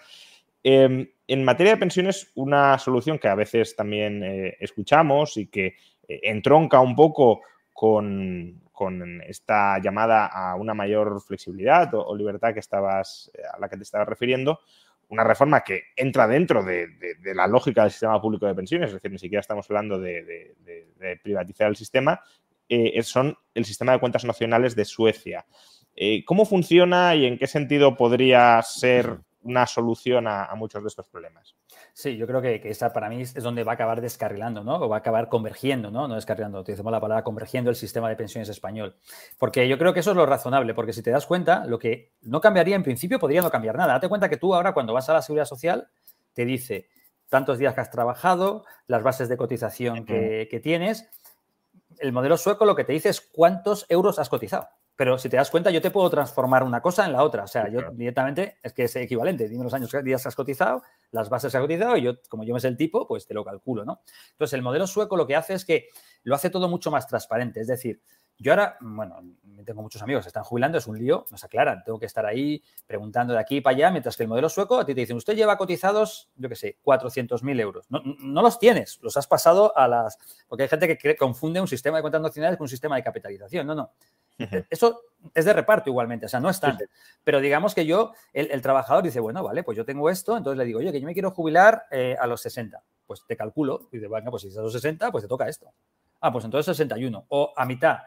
En materia de pensiones, una solución que a veces también escuchamos y que entronca un poco con esta llamada a una mayor flexibilidad o libertad a la que te estabas refiriendo, una reforma que entra dentro de la lógica del sistema público de pensiones, es decir, ni siquiera estamos hablando de privatizar el sistema, son el sistema de cuentas nacionales de Suecia. ¿Cómo funciona y en qué sentido podría ser una solución a muchos de estos problemas? Sí, yo creo que esa para mí es donde va a acabar descarrilando, ¿no? O va a acabar convergiendo, ¿no? No descarrilando, utilizamos la palabra convergiendo el sistema de pensiones español. Porque yo creo que eso es lo razonable, porque si te das cuenta, lo que no cambiaría en principio podría no cambiar nada. Date cuenta que tú ahora cuando vas a la Seguridad Social te dice tantos días que has trabajado, las bases de cotización que tienes. El modelo sueco lo que te dice es cuántos euros has cotizado. Pero si te das cuenta, yo te puedo transformar una cosa en la otra. O sea, yo directamente es que es equivalente. Dime los días que has cotizado, las bases que has cotizado y yo, como yo me sé el tipo, pues te lo calculo, ¿no? Entonces, el modelo sueco lo que hace es que lo hace todo mucho más transparente. Es decir, yo ahora, bueno, tengo muchos amigos que están jubilando, es un lío, no se aclaran. Tengo que estar ahí preguntando de aquí para allá, mientras que el modelo sueco a ti te dicen, usted lleva cotizados, yo qué sé, 400.000 euros. No los tienes, los has pasado a las... Porque hay gente que confunde un sistema de cuentas nacionales con un sistema de capitalización. No. Eso es de reparto igualmente, o sea, no están. Pero digamos que el trabajador dice, bueno, vale, pues yo tengo esto, entonces le digo, oye, que yo me quiero jubilar a los 60. Pues te calculo, y dice, bueno, pues si es a los 60, pues te toca esto. Ah, pues entonces 61. O a mitad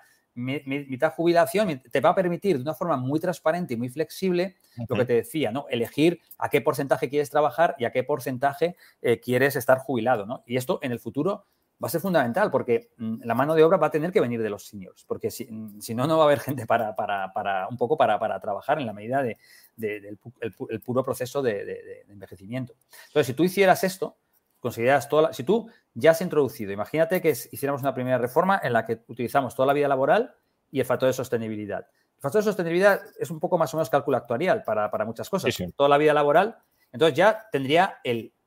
jubilación, te va a permitir de una forma muy transparente y muy flexible lo que te decía, ¿no? Elegir a qué porcentaje quieres trabajar y a qué porcentaje quieres estar jubilado, ¿no? Y esto en el futuro va a ser fundamental porque la mano de obra va a tener que venir de los seniors, porque si no, no va a haber gente para trabajar en la medida del puro proceso de envejecimiento. Entonces, si tú hicieras esto, consideras si tú ya has introducido, imagínate que hiciéramos una primera reforma en la que utilizamos toda la vida laboral y el factor de sostenibilidad. El factor de sostenibilidad es un poco más o menos cálculo actuarial para muchas cosas. Sí. Toda la vida laboral, entonces ya tendría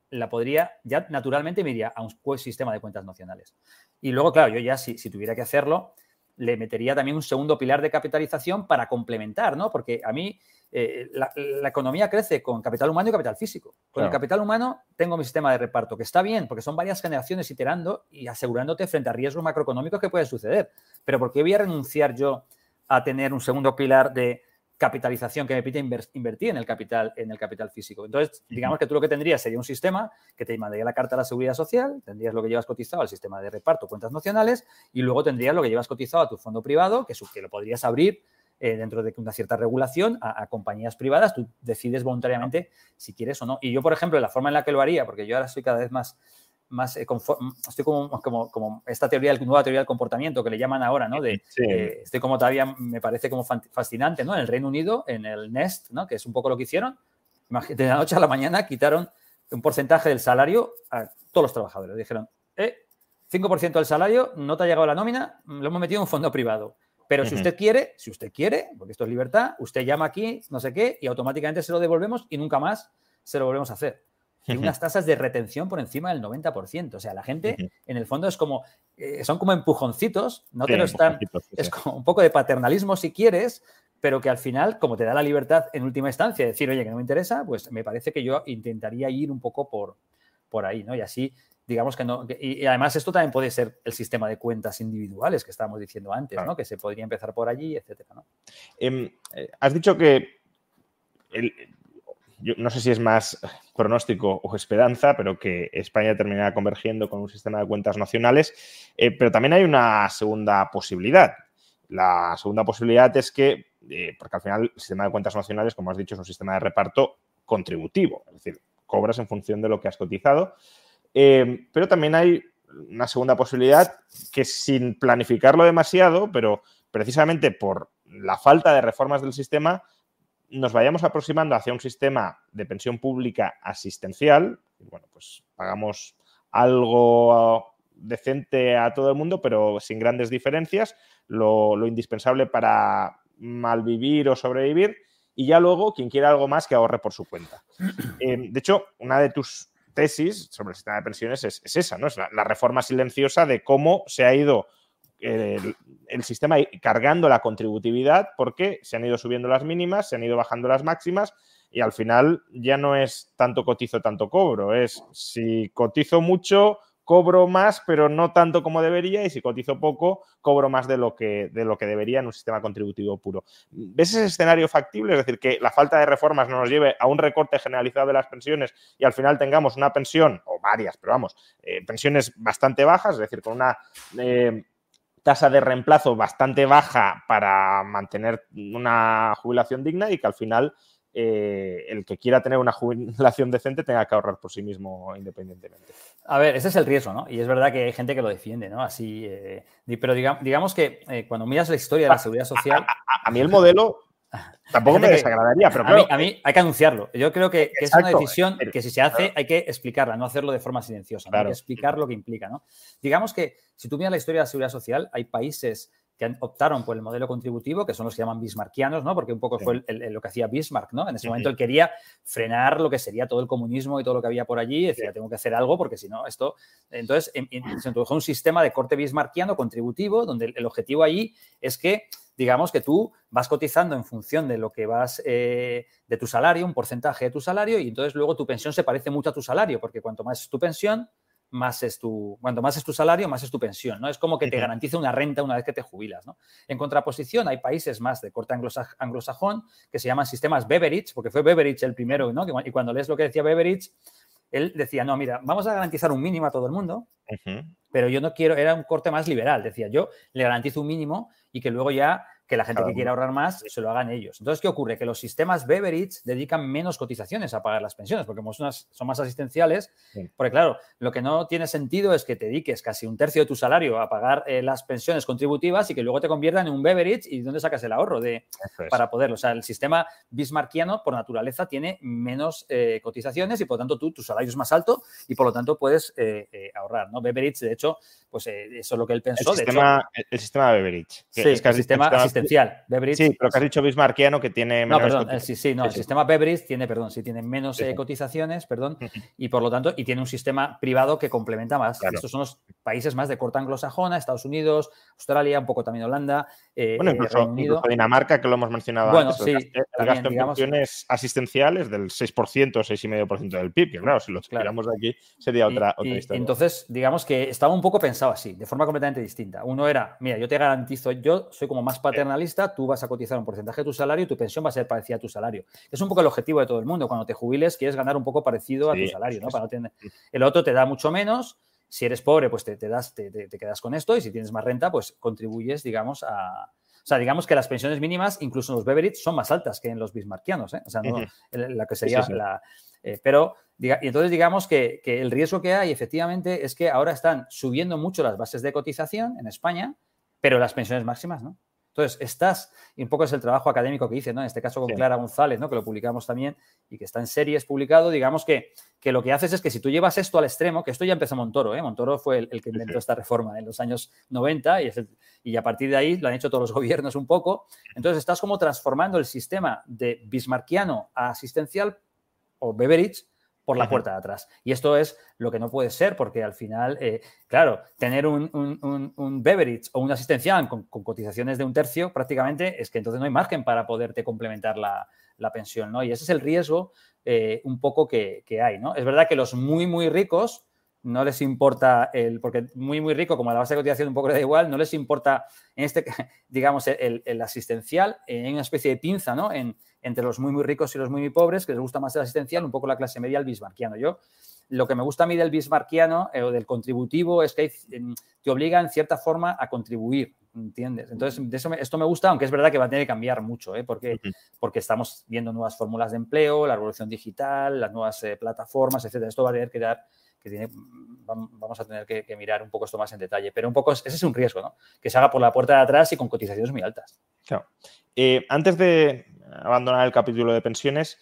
ya naturalmente me iría a un sistema de cuentas nacionales. Y luego, claro, yo ya si tuviera que hacerlo, le metería también un segundo pilar de capitalización para complementar, ¿no? Porque a mí la economía crece con capital humano y capital físico. Con el capital humano tengo mi sistema de reparto, que está bien, porque son varias generaciones iterando y asegurándote frente a riesgos macroeconómicos que pueden suceder. Pero ¿por qué voy a renunciar yo a tener un segundo pilar de capitalización que me permite invertir en el capital físico. Entonces, digamos que tú lo que tendrías sería un sistema que te mandaría la carta a la Seguridad Social, tendrías lo que llevas cotizado al sistema de reparto, cuentas nacionales, y luego tendrías lo que llevas cotizado a tu fondo privado, que lo podrías abrir dentro de una cierta regulación a compañías privadas. Tú decides voluntariamente si quieres o no. Y yo, por ejemplo, la forma en la que lo haría, porque yo ahora estoy cada vez más estoy como esta nueva teoría del comportamiento que le llaman ahora, ¿no? Estoy como todavía, me parece como fascinante, ¿no? En el Reino Unido, en el Nest, ¿no? Que es un poco lo que hicieron. De la noche a la mañana quitaron un porcentaje del salario a todos los trabajadores. Dijeron, 5% del salario, no te ha llegado la nómina, lo hemos metido en un fondo privado. Pero si usted quiere, porque esto es libertad, usted llama aquí, no sé qué, y automáticamente se lo devolvemos y nunca más se lo volvemos a hacer. Y unas tasas de retención por encima del 90%. O sea, la gente, en el fondo, es como son como empujoncitos, no te lo están. Es como un poco de paternalismo si quieres, pero que al final, como te da la libertad en última instancia, decir, oye, que no me interesa, pues me parece que yo intentaría ir un poco por ahí, ¿no? Y así, digamos que no. Y además, esto también puede ser el sistema de cuentas individuales que estábamos diciendo antes, ¿no? Que se podría empezar por allí, etcétera, ¿no? Has dicho que yo no sé si es más pronóstico o esperanza, pero que España terminará convergiendo con un sistema de cuentas nacionales. Pero también hay una segunda posibilidad. La segunda posibilidad es que, porque al final el sistema de cuentas nacionales, como has dicho, es un sistema de reparto contributivo. Es decir, cobras en función de lo que has cotizado. Pero también hay una segunda posibilidad que, sin planificarlo demasiado, pero precisamente por la falta de reformas del sistema, nos vayamos aproximando hacia un sistema de pensión pública asistencial. Bueno, pues pagamos algo decente a todo el mundo, pero sin grandes diferencias, lo indispensable para malvivir o sobrevivir, y ya luego quien quiera algo más que ahorre por su cuenta. De hecho, una de tus tesis sobre el sistema de pensiones es esa, ¿no? Es la reforma silenciosa de cómo se ha ido el sistema cargando la contributividad, porque se han ido subiendo las mínimas, se han ido bajando las máximas, y al final ya no es tanto cotizo, tanto cobro. Es si cotizo mucho, cobro más, pero no tanto como debería, y si cotizo poco, cobro más de lo que debería en un sistema contributivo puro. ¿Ves ese escenario factible? Es decir, que la falta de reformas no nos lleve a un recorte generalizado de las pensiones y al final tengamos una pensión, o varias, pero vamos, pensiones bastante bajas, es decir, con una tasa de reemplazo bastante baja para mantener una jubilación digna, y que al final el que quiera tener una jubilación decente tenga que ahorrar por sí mismo independientemente? A ver, ese es el riesgo, ¿no? Y es verdad que hay gente que lo defiende, ¿no? Así, pero digamos que cuando miras la historia de la Seguridad Social... A mí el modelo tampoco me desagradaría, pero claro... A mí hay que anunciarlo. Yo creo que es una decisión que, si se hace, hay que explicarla, no hacerlo de forma silenciosa, ¿no? Hay que explicar lo que implica, ¿no? Digamos que, si tú miras la historia de la Seguridad Social, hay países que optaron por el modelo contributivo, que son los que llaman bismarckianos, ¿no? Porque un poco fue lo que hacía Bismarck, ¿no? En ese momento él quería frenar lo que sería todo el comunismo y todo lo que había por allí, y decía, tengo que hacer algo porque si no, esto... Entonces, se introdujo un sistema de corte bismarckiano contributivo, donde el objetivo allí es que, digamos, que tú vas cotizando en función de lo que vas, de tu salario, un porcentaje de tu salario, y entonces luego tu pensión se parece mucho a tu salario, porque cuanto más es tu pensión, cuanto más es tu salario, más es tu pensión, ¿no? Es como que te garantiza una renta una vez que te jubilas, ¿no? En contraposición, hay países más de corte anglosajón que se llaman sistemas Beveridge, porque fue Beveridge el primero, ¿no? Y cuando lees lo que decía Beveridge, él decía, no, mira, vamos a garantizar un mínimo a todo el mundo, pero yo no quiero, era un corte más liberal, decía, yo le garantizo un mínimo y que luego ya que la gente que quiera ahorrar más se lo hagan ellos. Entonces, ¿qué ocurre? Que los sistemas Beveridge dedican menos cotizaciones a pagar las pensiones, porque como son más asistenciales, porque claro, lo que no tiene sentido es que te dediques casi un tercio de tu salario a pagar las pensiones contributivas y que luego te conviertan en un Beveridge. ¿Y dónde sacas el ahorro para poderlo? O sea, el sistema bismarckiano, por naturaleza, tiene menos cotizaciones y, por lo tanto, tu salario es más alto y, por lo tanto, puedes ahorrar, ¿no? Beveridge, de hecho, pues eso es lo que él pensó. El sistema Beveridge. Sí, es que el sistema asistencial. Beveridge, sí, pero que has dicho bismarckiano, que tiene menos... No, perdón, el sistema Beveridge tiene menos cotizaciones, y por lo tanto, y tiene un sistema privado que complementa más. Claro. Estos son países más de corte anglosajona, Estados Unidos, Australia, un poco también Holanda, bueno, incluso Dinamarca, que lo hemos mencionado bueno, antes. Sí, el gasto en pensiones asistenciales del 6%, 6,5% del PIB, que claro, si lo tiramos de aquí sería otra historia. Entonces, digamos que estaba un poco pensado así, de forma completamente distinta. Uno era, mira, yo te garantizo, yo soy como más paternalista, tú vas a cotizar un porcentaje de tu salario y tu pensión va a ser parecida a tu salario. Es un poco el objetivo de todo el mundo. Cuando te jubiles quieres ganar un poco parecido a tu salario, ¿no? Para no tener... El otro te da mucho menos. Si eres pobre, pues te quedas con esto, y si tienes más renta, pues contribuyes, digamos, a... O sea, digamos que las pensiones mínimas, incluso en los Beveridge, son más altas que en los bismarckianos, ¿eh? O sea, no, la que sería la... pero, y entonces digamos que el riesgo que hay, efectivamente, es que ahora están subiendo mucho las bases de cotización en España, pero las pensiones máximas, ¿no? Entonces, y un poco es el trabajo académico que hice, ¿no? En este caso con Clara González, ¿no? Que lo publicamos también y que está en series publicado. Digamos que lo que haces es que si tú llevas esto al extremo, que esto ya empezó Montoro, ¿eh? Montoro fue el que inventó esta reforma en los años 90 y a partir de ahí lo han hecho todos los gobiernos un poco. Entonces, estás como transformando el sistema de bismarckiano a asistencial o Beveridge por la puerta de atrás. Y esto es lo que no puede ser, porque al final, claro, tener un Beveridge o un asistencial con cotizaciones de 1/3 prácticamente, es que entonces no hay margen para poderte complementar la pensión, ¿no? Y ese es el riesgo un poco que hay, ¿no? Es verdad que los muy, muy ricos no les importa porque muy, muy rico, como a la base de cotización un poco le da igual, no les importa, digamos, el asistencial, hay una especie de pinza, ¿no? Entre los muy, muy ricos y los muy, muy pobres, que les gusta más el asistencial, un poco la clase media, el bismarckiano. Lo que me gusta a mí del bismarckiano o del contributivo es que te obliga en cierta forma a contribuir, ¿entiendes? Entonces, esto me gusta, aunque es verdad que va a tener que cambiar mucho, porque estamos viendo nuevas fórmulas de empleo, la revolución digital, las nuevas plataformas, etcétera. Esto va a tener que dar... vamos a tener que mirar un poco esto más en detalle, pero un poco ese es un riesgo, ¿no? Que se haga por la puerta de atrás y con cotizaciones muy altas. Claro. Antes de abandonar el capítulo de pensiones,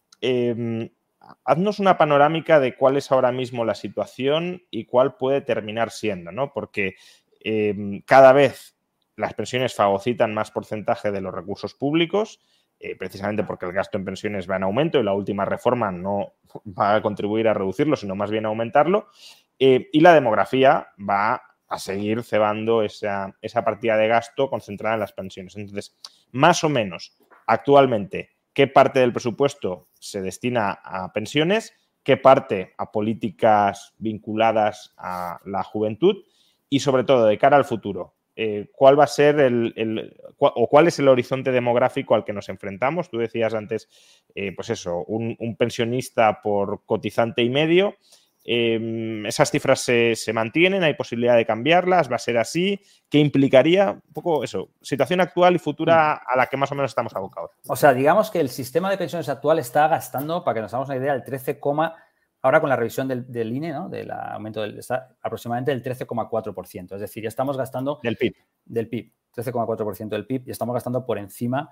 haznos una panorámica de cuál es ahora mismo la situación y cuál puede terminar siendo, ¿no? Porque cada vez las pensiones fagocitan más porcentaje de los recursos públicos, precisamente porque el gasto en pensiones va en aumento y la última reforma no va a contribuir a reducirlo, sino más bien a aumentarlo, y la demografía va a seguir cebando esa partida de gasto concentrada en las pensiones. Entonces, más o menos, actualmente, ¿qué parte del presupuesto se destina a pensiones? ¿Qué parte a políticas vinculadas a la juventud? Y, sobre todo, de cara al futuro, ¿cuál va a ser cuál es el horizonte demográfico al que nos enfrentamos? Tú decías antes, pues eso, un pensionista por cotizante y medio. ¿Esas cifras se mantienen? ¿Hay posibilidad de cambiarlas? ¿Va a ser así? ¿Qué implicaría? Un poco eso, situación actual y futura a la que más o menos estamos abocados. O sea, digamos que el sistema de pensiones actual está gastando, para que nos hagamos una idea, el 13, ahora con la revisión del INE, ¿no? Del aumento está aproximadamente el 13,4%. Es decir, ya estamos gastando... Del PIB. Del PIB, 13,4% del PIB, y estamos gastando por encima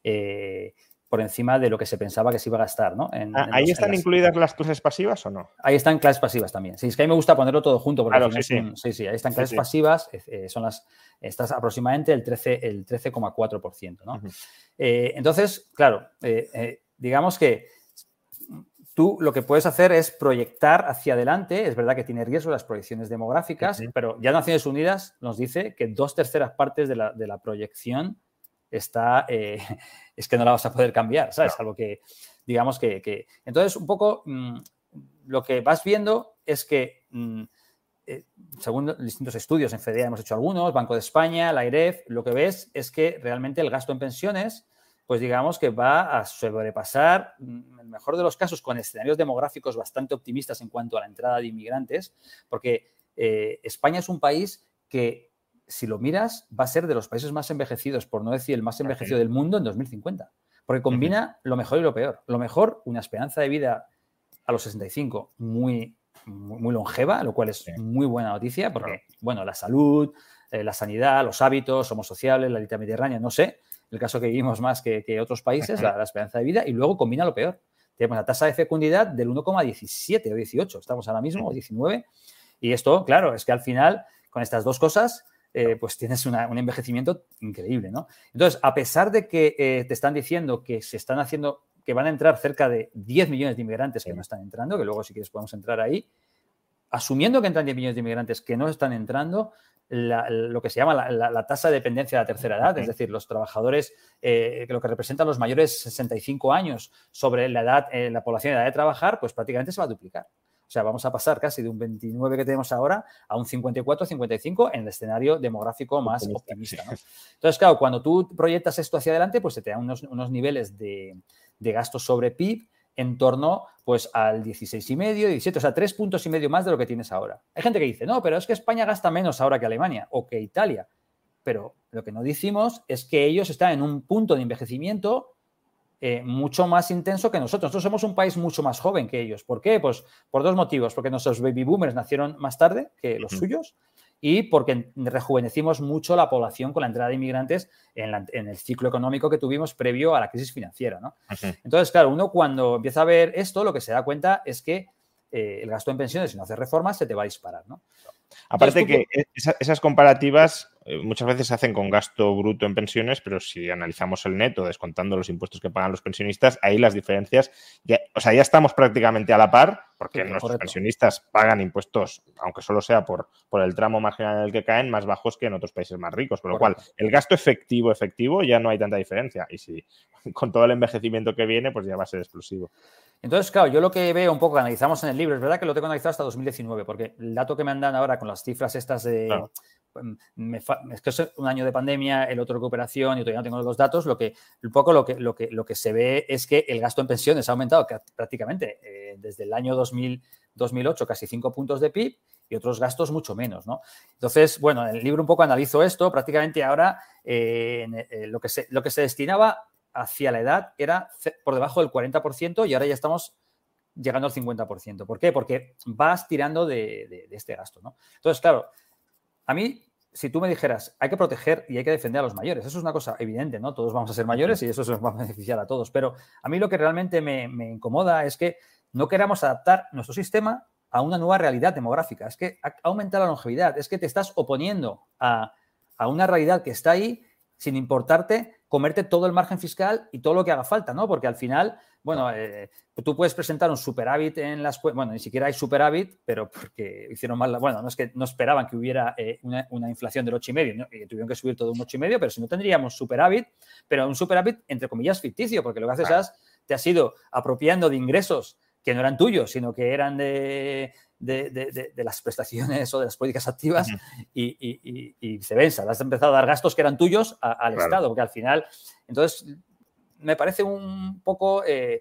de lo que se pensaba que se iba a gastar, ¿no? ¿Ahí están incluidas las clases pasivas o no? Ahí están clases pasivas también. Sí, es que a mí me gusta ponerlo todo junto. Porque claro, sí, ahí están clases pasivas, son estas aproximadamente el 13,4%, ¿no? Entonces, claro, digamos que tú lo que puedes hacer es proyectar hacia adelante. Es verdad que tiene riesgo las proyecciones demográficas, pero ya Naciones Unidas nos dice que 2/3 partes de la proyección está, es que no la vas a poder cambiar, ¿sabes? Claro. Algo que, digamos que... Entonces, un poco lo que vas viendo es que, según distintos estudios, en FEDEA hemos hecho algunos, Banco de España, la AIREF, lo que ves es que realmente el gasto en pensiones, pues digamos que va a sobrepasar, en el mejor de los casos, con escenarios demográficos bastante optimistas en cuanto a la entrada de inmigrantes, porque España es un país que, si lo miras, va a ser de los países más envejecidos, por no decir el más envejecido del mundo en 2050. Porque combina lo mejor y lo peor. Lo mejor, una esperanza de vida a los 65 muy, muy longeva, lo cual es muy buena noticia, porque, bueno, la salud, la sanidad, los hábitos, somos sociables, la dieta mediterránea, no sé, el caso que vivimos más que otros países, la esperanza de vida, y luego combina lo peor. Tenemos la tasa de fecundidad del 1,17 o 18, estamos ahora mismo, o 19, y esto, claro, es que al final, con estas dos cosas, pues tienes un envejecimiento increíble, ¿no? Entonces, a pesar de que te están diciendo que que van a entrar cerca de 10 millones de inmigrantes que no están entrando, que luego si quieres podemos entrar ahí, asumiendo que entran 10 millones de inmigrantes que no están entrando, lo que se llama la tasa de dependencia de la tercera edad, es decir, los trabajadores, lo que representan los mayores de 65 años sobre la edad, la población de edad de trabajar, pues prácticamente se va a duplicar. O sea, vamos a pasar casi de un 29 que tenemos ahora a un 54-55 en el escenario demográfico más optimista, ¿no? Entonces, claro, cuando tú proyectas esto hacia adelante, pues se te dan unos niveles de gasto sobre PIB en torno pues al 16,5, 17, o sea, 3,5 puntos más de lo que tienes ahora. Hay gente que dice, no, pero es que España gasta menos ahora que Alemania o que Italia. Pero lo que no decimos es que ellos están en un punto de envejecimiento mucho más intenso que nosotros. Nosotros somos un país mucho más joven que ellos. ¿Por qué? Pues por dos motivos. Porque nuestros baby boomers nacieron más tarde que los suyos y porque rejuvenecimos mucho la población con la entrada de inmigrantes en el ciclo económico que tuvimos previo a la crisis financiera, ¿no? Entonces, claro, uno cuando empieza a ver esto, lo que se da cuenta es que el gasto en pensiones, si no haces reformas, se te va a disparar, ¿no? Aparte entonces, que esas comparativas muchas veces se hacen con gasto bruto en pensiones, pero si analizamos el neto, descontando los impuestos que pagan los pensionistas, ahí las diferencias, ya estamos prácticamente a la par, porque nuestros pensionistas pagan impuestos, aunque solo sea por el tramo marginal en el que caen, más bajos que en otros países más ricos, por lo cual el gasto efectivo ya no hay tanta diferencia, y si con todo el envejecimiento que viene, pues ya va a ser explosivo. Entonces, claro, yo lo que veo un poco que analizamos en el libro, es verdad que lo tengo analizado hasta 2019, porque el dato que me dan ahora con las cifras estas de... Claro. Es que es un año de pandemia, el otro recuperación y todavía no tengo los datos, lo que se ve es que el gasto en pensiones ha aumentado prácticamente desde el año 2008 casi 5 puntos de PIB y otros gastos mucho menos, ¿no? Entonces, bueno, en el libro un poco analizo esto, prácticamente ahora lo que se destinaba hacia la edad era por debajo del 40% y ahora ya estamos llegando al 50%. ¿Por qué? Porque vas tirando de este gasto, ¿no? Entonces, claro, a mí, si tú me dijeras, hay que proteger y hay que defender a los mayores, eso es una cosa evidente, ¿no? Todos vamos a ser mayores y eso nos va a beneficiar a todos. Pero a mí lo que realmente me incomoda es que no queramos adaptar nuestro sistema a una nueva realidad demográfica. Es que aumenta la longevidad, es que te estás oponiendo a una realidad que está ahí sin importarte comerte todo el margen fiscal y todo lo que haga falta, ¿no? Porque al final, bueno, tú puedes presentar un superávit en las... Bueno, ni siquiera hay superávit, pero porque hicieron mal... Bueno, no es que no esperaban que hubiera una inflación del 8,5, ¿no? Y tuvieron que subir todo un 8,5, pero si no tendríamos superávit, pero un superávit, entre comillas, ficticio, porque lo que haces te has ido apropiando de ingresos que no eran tuyos, sino que eran de las prestaciones o de las políticas activas y viceversa. Has empezado a dar gastos que eran tuyos al Estado, porque al final... Entonces, me parece un poco...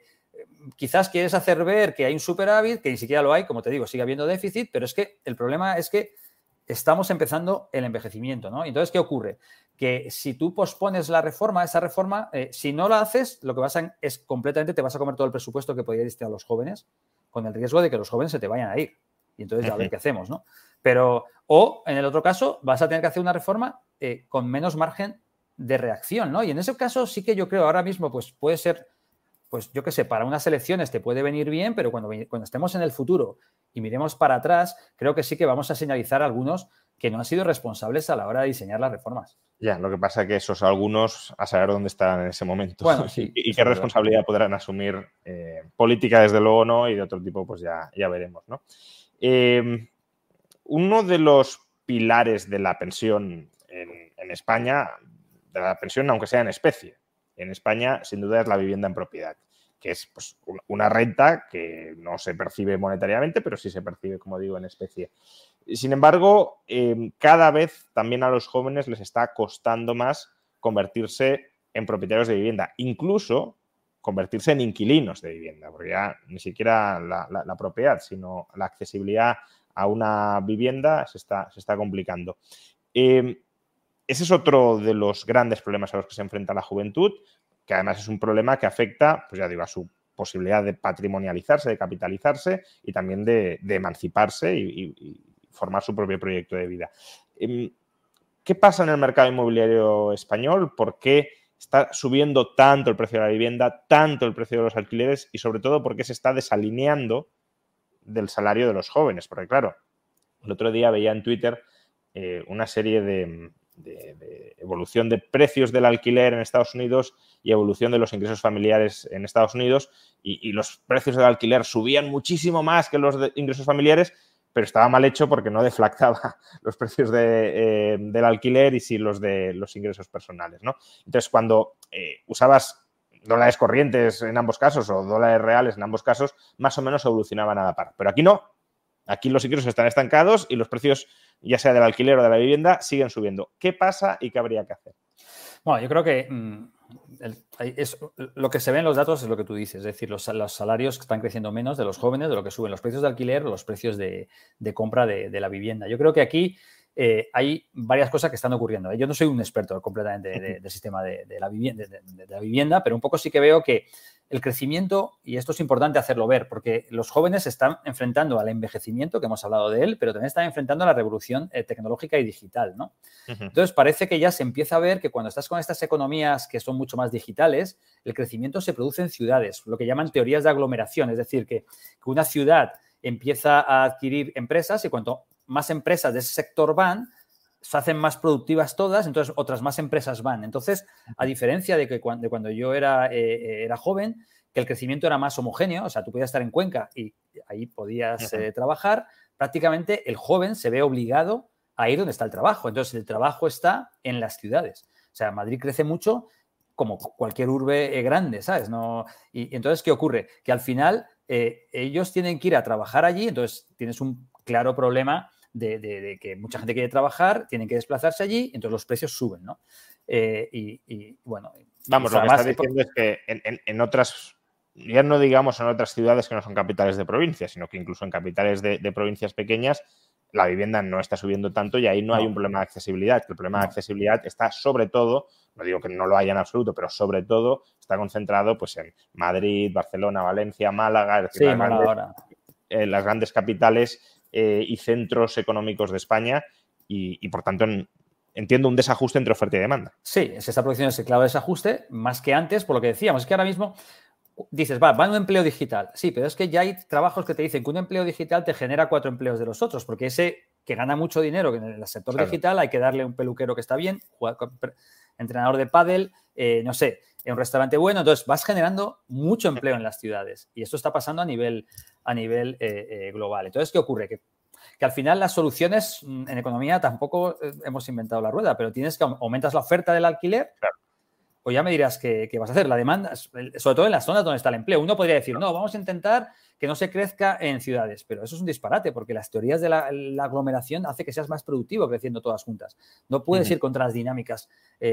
quizás quieres hacer ver que hay un superávit, que ni siquiera lo hay, como te digo, sigue habiendo déficit, pero es que el problema es que estamos empezando el envejecimiento, ¿no? Entonces, ¿qué ocurre? Que si tú pospones la reforma, esa reforma, si no la haces, lo que vas a es completamente te vas a comer todo el presupuesto que podría destinar a los jóvenes, con el riesgo de que los jóvenes se te vayan a ir. Y entonces ya a ver qué hacemos, ¿no? Pero, o en el otro caso, vas a tener que hacer una reforma con menos margen de reacción, ¿no? Y en ese caso sí que yo creo ahora mismo, pues puede ser, pues yo qué sé, para unas elecciones te puede venir bien, pero cuando estemos en el futuro y miremos para atrás, creo que sí que vamos a señalizar a algunos que no han sido responsables a la hora de diseñar las reformas. Ya, lo que pasa es que esos algunos a saber dónde están en ese momento, bueno, sí, y qué responsabilidad podrán asumir, política desde luego no, y de otro tipo pues ya veremos, ¿no? Uno de los pilares de la pensión en España, de la pensión aunque sea en especie, en España sin duda es la vivienda en propiedad, que es pues, una renta que no se percibe monetariamente, pero sí se percibe, como digo, en especie. Sin embargo, cada vez también a los jóvenes les está costando más convertirse en propietarios de vivienda, incluso convertirse en inquilinos de vivienda, porque ya ni siquiera la propiedad, sino la accesibilidad a una vivienda se está complicando. Ese es otro de los grandes problemas a los que se enfrenta la juventud, que además es un problema que afecta, pues ya digo, a su posibilidad de patrimonializarse, de capitalizarse y también de emanciparse y formar su propio proyecto de vida. ¿Qué pasa en el mercado inmobiliario español? ¿Por qué está subiendo tanto el precio de la vivienda, tanto el precio de los alquileres y sobre todo por qué se está desalineando del salario de los jóvenes? Porque claro, el otro día veía en Twitter una serie de evolución de precios del alquiler en Estados Unidos y evolución de los ingresos familiares en Estados Unidos y los precios del alquiler subían muchísimo más que los ingresos familiares, pero estaba mal hecho porque no deflactaba los precios del alquiler y sí los de los ingresos personales, ¿no? Entonces, cuando usabas dólares corrientes en ambos casos o dólares reales en ambos casos, más o menos evolucionaban a la par. Pero aquí no. Aquí los ingresos están estancados y los precios, ya sea del alquiler o de la vivienda, siguen subiendo. ¿Qué pasa y qué habría que hacer? Bueno, yo creo que lo que se ve en los datos es lo que tú dices, es decir, los salarios están creciendo menos de los jóvenes, de lo que suben los precios de alquiler o los precios de compra de la vivienda. Yo creo que aquí hay varias cosas que están ocurriendo. Yo no soy un experto completamente del sistema de la vivienda, pero un poco sí que veo que el crecimiento, y esto es importante hacerlo ver, porque los jóvenes se están enfrentando al envejecimiento, que hemos hablado de él, pero también están enfrentando a la revolución tecnológica y digital, ¿no? Entonces, parece que ya se empieza a ver que cuando estás con estas economías que son mucho más digitales, el crecimiento se produce en ciudades, lo que llaman teorías de aglomeración, es decir, que una ciudad empieza a adquirir empresas y cuanto más empresas de ese sector van, se hacen más productivas todas, entonces otras más empresas van. Entonces, a diferencia de cuando yo era joven, que el crecimiento era más homogéneo, o sea, tú podías estar en Cuenca y ahí podías trabajar, prácticamente el joven se ve obligado a ir donde está el trabajo. Entonces, el trabajo está en las ciudades. O sea, Madrid crece mucho como cualquier urbe grande, ¿sabes? No, y entonces, ¿qué ocurre? Que al final ellos tienen que ir a trabajar allí, entonces tienes un claro problema de que mucha gente quiere trabajar, tienen que desplazarse allí, entonces los precios suben, ¿no? Bueno... Vamos, lo que estás diciendo es que en otras, ya no digamos en otras ciudades que no son capitales de provincia, sino que incluso en capitales de provincias pequeñas, la vivienda no está subiendo tanto y ahí no hay un problema de accesibilidad. Que el problema de accesibilidad está sobre todo, no digo que no lo haya en absoluto, pero sobre todo está concentrado pues en Madrid, Barcelona, Valencia, Málaga, es decir, las grandes capitales y centros económicos de España y por tanto, entiendo un desajuste entre oferta y demanda. Sí, se está produciendo ese claro desajuste, más que antes, por lo que decíamos. Es que ahora mismo dices, va un empleo digital. Sí, pero es que ya hay trabajos que te dicen que un empleo digital te genera 4 empleos de los otros, porque ese que gana mucho dinero, que en el sector digital hay que darle un peluquero que está bien, entrenador de pádel, no sé, en un restaurante bueno. Entonces, vas generando mucho empleo en las ciudades y esto está pasando a nivel global. Entonces, ¿qué ocurre? Que al final las soluciones en economía tampoco hemos inventado la rueda, pero tienes que aumentas la oferta del alquiler, o ya me dirás qué vas a hacer. La demanda, sobre todo en las zonas donde está el empleo. Uno podría decir, no, vamos a intentar que no se crezca en ciudades, pero eso es un disparate porque las teorías de la aglomeración hace que seas más productivo creciendo todas juntas. No puedes ir contra las dinámicas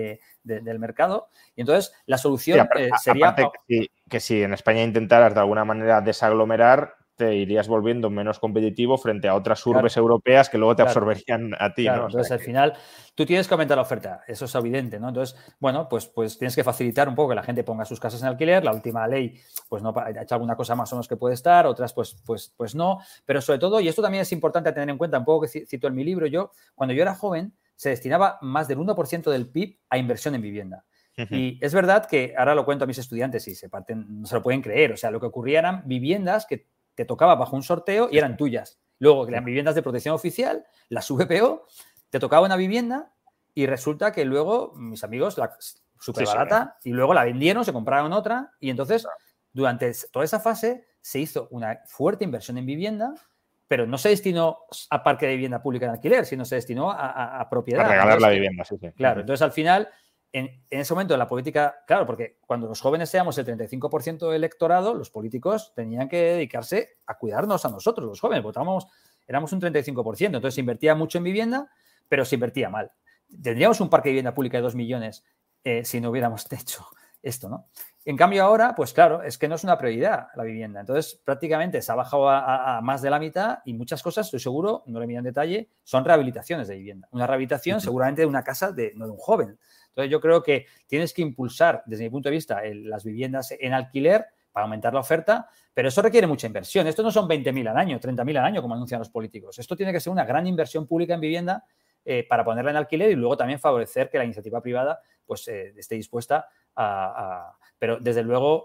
del mercado y entonces la solución sería... que si en España intentaras de alguna manera desaglomerar, te irías volviendo menos competitivo frente a otras urbes europeas que luego te absorberían a ti, ¿no? Entonces, al final, tú tienes que aumentar la oferta. Eso es evidente, ¿no? Entonces, bueno, pues tienes que facilitar un poco que la gente ponga sus casas en alquiler. La última ley, pues no ha hecho alguna cosa más o menos que puede estar, otras pues no. Pero sobre todo, y esto también es importante tener en cuenta, un poco que cito en mi libro, cuando yo era joven, se destinaba más del 1% del PIB a inversión en vivienda. Y es verdad que ahora lo cuento a mis estudiantes y no se lo pueden creer. O sea, lo que ocurría eran viviendas que te tocaba bajo un sorteo y eran tuyas. Luego, las viviendas de protección oficial, las VPO, te tocaba una vivienda y resulta que luego mis amigos, súper barata, y luego la vendieron, se compraron otra y entonces durante toda esa fase se hizo una fuerte inversión en vivienda, pero no se destinó a parque de vivienda pública en alquiler, sino se destinó a propiedad. A regalar entonces, la vivienda, sí. Claro, entonces al final... En ese momento la política, claro, porque cuando los jóvenes seamos el 35% del electorado, los políticos tenían que dedicarse a cuidarnos a nosotros, los jóvenes, éramos un 35%, entonces se invertía mucho en vivienda, pero se invertía mal. Tendríamos un parque de vivienda pública de 2 millones si no hubiéramos hecho esto, ¿no? En cambio ahora, pues claro, es que no es una prioridad la vivienda, entonces prácticamente se ha bajado a más de la mitad y muchas cosas, estoy seguro, no lo he mirado en detalle, son rehabilitaciones de vivienda. Una rehabilitación seguramente de una casa no de un joven. Entonces, yo creo que tienes que impulsar, desde mi punto de vista, las viviendas en alquiler para aumentar la oferta, pero eso requiere mucha inversión. Esto no son 20.000 al año, 30.000 al año, como anuncian los políticos. Esto tiene que ser una gran inversión pública en vivienda para ponerla en alquiler y luego también favorecer que la iniciativa privada pues, esté dispuesta a... Pero, desde luego,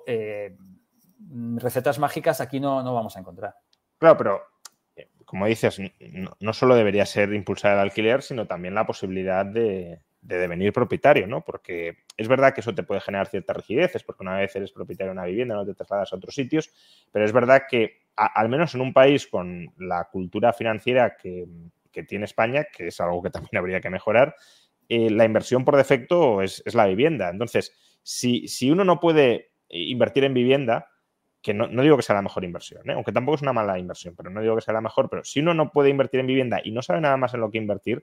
recetas mágicas aquí no vamos a encontrar. Claro, pero... Como dices, no solo debería ser impulsar el alquiler, sino también la posibilidad de devenir propietario, ¿no? Porque es verdad que eso te puede generar ciertas rigideces, porque una vez eres propietario de una vivienda no te trasladas a otros sitios, pero es verdad que al menos en un país con la cultura financiera que tiene España, que es algo que también habría que mejorar, la inversión por defecto es la vivienda. Entonces, si uno no puede invertir en vivienda, que no digo que sea la mejor inversión, aunque tampoco es una mala inversión, pero no digo que sea la mejor, pero si uno no puede invertir en vivienda y no sabe nada más en lo que invertir,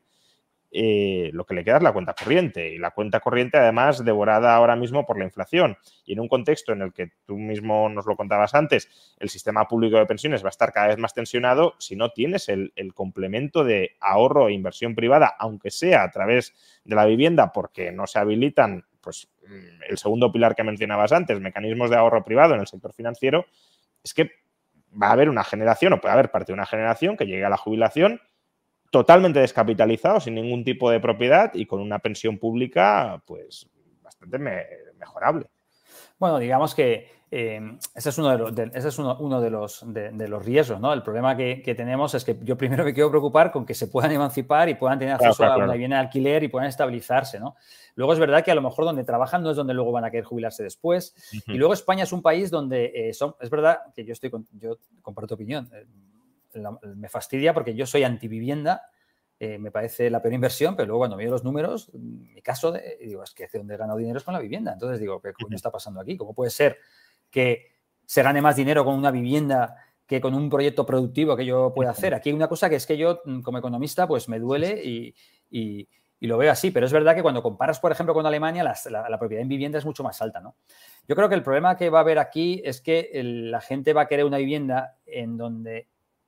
lo que le queda es la cuenta corriente. Y la cuenta corriente, además, devorada ahora mismo por la inflación. Y en un contexto en el que tú mismo nos lo contabas antes, el sistema público de pensiones va a estar cada vez más tensionado si no tienes el complemento de ahorro e inversión privada, aunque sea a través de la vivienda, porque no se habilitan pues el segundo pilar que mencionabas antes, mecanismos de ahorro privado en el sector financiero. Es que va a haber una generación, o puede haber parte de una generación que llegue a la jubilación totalmente descapitalizado, sin ningún tipo de propiedad y con una pensión pública pues bastante mejorable. Bueno, digamos que ese es uno de los riesgos, ¿no? El problema que tenemos es que yo primero me quiero preocupar con que se puedan emancipar y puedan tener acceso a una vivienda de alquiler y puedan estabilizarse, ¿no? Luego es verdad que a lo mejor donde trabajan no es donde luego van a querer jubilarse después. Y luego España es un país donde es verdad que yo comparto opinión. Me fastidia porque yo soy antivivienda, me parece la peor inversión, pero luego cuando miro los números, en mi caso, digo, es que donde he ganado dinero es con la vivienda. Entonces digo, ¿qué coño está pasando aquí? ¿Cómo puede ser que se gane más dinero con una vivienda que con un proyecto productivo que yo pueda hacer? Aquí hay una cosa que es que yo, como economista, pues me duele y lo veo así. Pero es verdad que cuando comparas, por ejemplo, con Alemania, la propiedad en vivienda es mucho más alta, ¿no? Yo creo que el problema que va a haber aquí es que la gente va a querer una vivienda en donde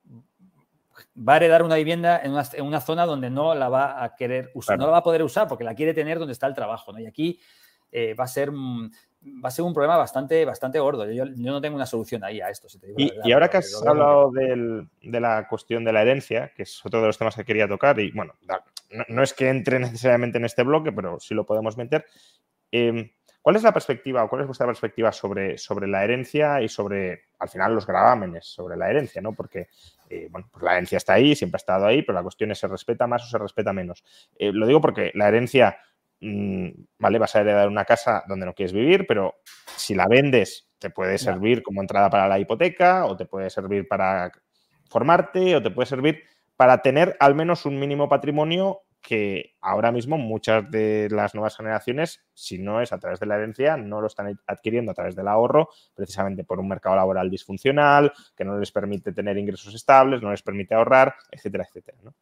va a heredar una vivienda en una zona donde no la va a querer usar, no la va a poder usar porque la quiere tener donde está el trabajo, ¿no? Y aquí va a ser un problema bastante gordo. Yo no tengo una solución ahí a esto, si te digo la verdad. Y ahora que has hablado de la cuestión de la herencia, que es otro de los temas que quería tocar, y bueno, no es que entre necesariamente en este bloque, pero sí lo podemos meter. ¿Cuál es la perspectiva o cuál es vuestra perspectiva sobre la herencia y sobre, al final, los gravámenes sobre la herencia, ¿no? Porque, bueno, pues la herencia está ahí, siempre ha estado ahí, pero la cuestión es, ¿se respeta más o se respeta menos? Lo digo porque la herencia, vale, vas a heredar una casa donde no quieres vivir, pero si la vendes te puede servir como entrada para la hipoteca, o te puede servir para formarte, o te puede servir para tener al menos un mínimo patrimonio que ahora mismo muchas de las nuevas generaciones, si no es a través de la herencia, no lo están adquiriendo a través del ahorro, precisamente por un mercado laboral disfuncional, que no les permite tener ingresos estables, no les permite ahorrar, etcétera, etcétera, ¿no?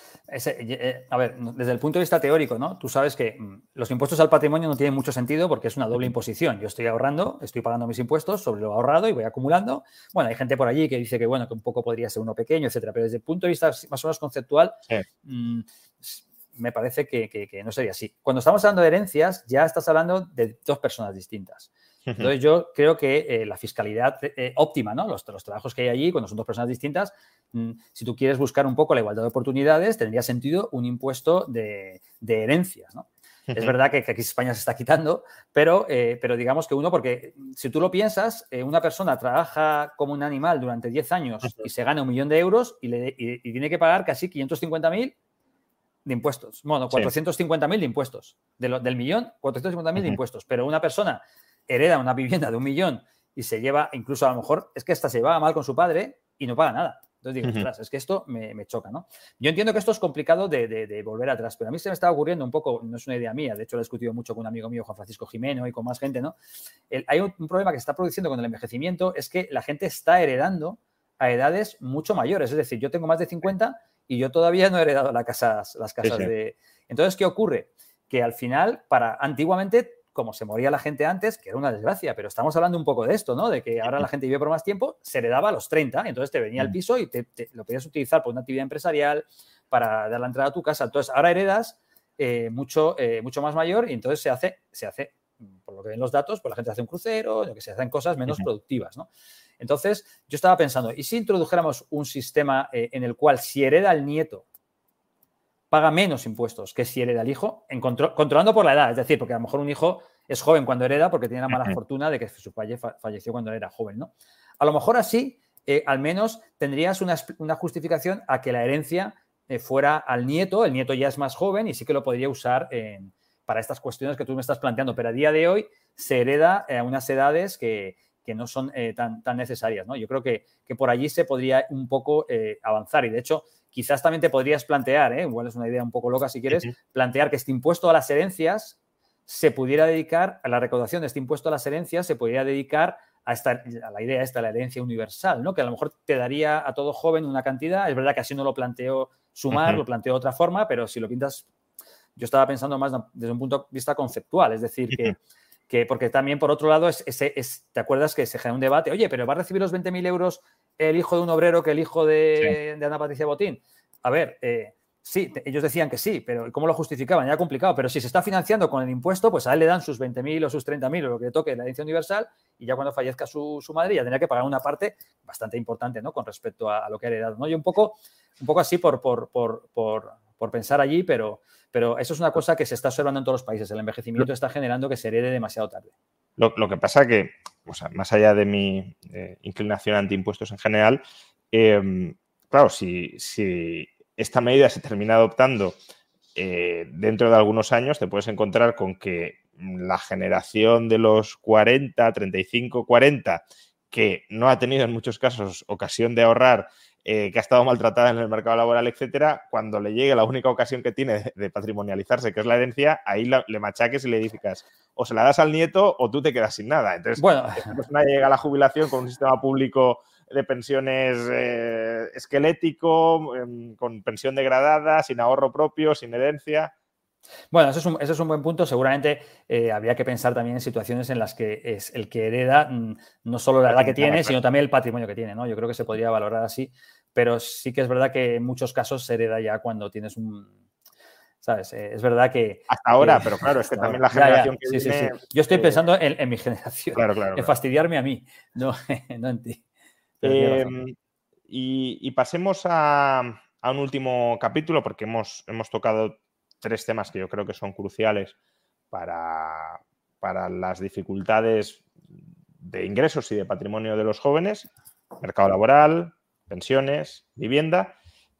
A ver, desde el punto de vista teórico, ¿no? Tú sabes que los impuestos al patrimonio no tienen mucho sentido porque es una doble imposición. Yo estoy ahorrando, estoy pagando mis impuestos sobre lo ahorrado y voy acumulando. Bueno, hay gente por allí que dice que, bueno, que un poco podría ser uno pequeño, etcétera, pero desde el punto de vista más o menos conceptual, me parece que no sería así. Cuando estamos hablando de herencias, ya estás hablando de dos personas distintas. Entonces, yo creo que la fiscalidad óptima, ¿no? Los trabajos que hay allí, cuando son dos personas distintas, si tú quieres buscar un poco la igualdad de oportunidades, tendría sentido un impuesto de herencias, ¿no? Es verdad que aquí España se está quitando, pero digamos que porque si tú lo piensas, una persona trabaja como un animal durante 10 años y se gana 1 millón de euros y tiene que pagar casi 550.000 de impuestos. Bueno, 450.000 de impuestos. Del millón, 450.000 de impuestos. Pero una persona hereda una vivienda de 1 millón y se lleva, incluso a lo mejor, es que esta se lleva mal con su padre y no paga nada. Entonces digo, ostras, es que esto me choca, ¿no? Yo entiendo que esto es complicado de volver atrás, pero a mí se me está ocurriendo un poco, no es una idea mía, de hecho lo he discutido mucho con un amigo mío, Juan Francisco Jimeno, y con más gente, ¿no? Hay un problema que se está produciendo con el envejecimiento, es que la gente está heredando a edades mucho mayores. Es decir, yo tengo más de 50 y yo todavía no he heredado las casas de... Entonces, ¿qué ocurre? Que al final, antiguamente, como se moría la gente antes, que era una desgracia, pero estamos hablando un poco de esto, ¿no? De que ahora la gente vive por más tiempo, se heredaba a los 30, entonces te venía el piso y lo podías utilizar por una actividad empresarial, para dar la entrada a tu casa. Entonces, ahora heredas mucho más mayor y entonces se hace, por lo que ven los datos, pues la gente hace un crucero, que se hacen cosas menos productivas, ¿no? Entonces, yo estaba pensando, ¿y si introdujéramos un sistema en el cual si hereda el nieto, paga menos impuestos que si hereda el hijo, controlando por la edad? Es decir, porque a lo mejor un hijo es joven cuando hereda porque tiene la mala fortuna de que su padre falleció cuando era joven, ¿no? A lo mejor así, al menos tendrías una justificación a que la herencia fuera al nieto. El nieto ya es más joven y sí que lo podría usar para estas cuestiones que tú me estás planteando, pero a día de hoy se hereda a unas edades que no son tan necesarias, ¿no? Yo creo que por allí se podría un poco avanzar y, de hecho, quizás también te podrías plantear, igual es una idea un poco loca si quieres, plantear que este impuesto a las herencias se pudiera dedicar, a la recaudación de este impuesto a las herencias se pudiera dedicar a la idea esta, la herencia universal, ¿no? Que a lo mejor te daría a todo joven una cantidad. Es verdad que así no lo planteó Sumar, lo planteó de otra forma, pero si lo pintas, yo estaba pensando más desde un punto de vista conceptual, es decir, que porque también, por otro lado, ¿te acuerdas que se genera un debate? Oye, pero ¿va a recibir los 20.000 euros el hijo de un obrero que el hijo de Ana Patricia Botín? A ver, sí, ellos decían que sí, pero ¿cómo lo justificaban? Era complicado, pero si se está financiando con el impuesto, pues a él le dan sus 20.000 o sus 30.000 o lo que le toque de la herencia universal y ya cuando fallezca su madre ya tendría que pagar una parte bastante importante, ¿no? Con respecto a lo que ha heredado, ¿no? Y un poco así por pensar allí, pero eso es una cosa que se está observando en todos los países. El envejecimiento está generando que se herede demasiado tarde. Lo que pasa que, o sea, más allá de mi inclinación antiimpuestos en general, claro, si esta medida se termina adoptando dentro de algunos años, te puedes encontrar con que la generación de los 40, 35, 40, que no ha tenido en muchos casos ocasión de ahorrar, que ha estado maltratada en el mercado laboral, etcétera, cuando le llegue la única ocasión que tiene de patrimonializarse, que es la herencia, ahí le machaques y le dices, o se la das al nieto o tú te quedas sin nada. Entonces, esta persona llega a la jubilación con un sistema público de pensiones esquelético, con pensión degradada, sin ahorro propio, sin herencia. Bueno, ese es un buen punto. Seguramente habría que pensar también en situaciones en las que es el que hereda no solo la edad que tiene, sino también el patrimonio que tiene, ¿no? Yo creo que se podría valorar así, pero sí que es verdad que en muchos casos se hereda ya cuando tienes ¿sabes? Es verdad que... Hasta ahora, pero claro, es que también la generación que viene... Sí. Yo estoy pensando en mi generación, claro. en fastidiarme a mí, no en ti. Y pasemos a un último capítulo, porque hemos tocado 3 temas que yo creo que son cruciales para las dificultades de ingresos y de patrimonio de los jóvenes: mercado laboral, pensiones, vivienda.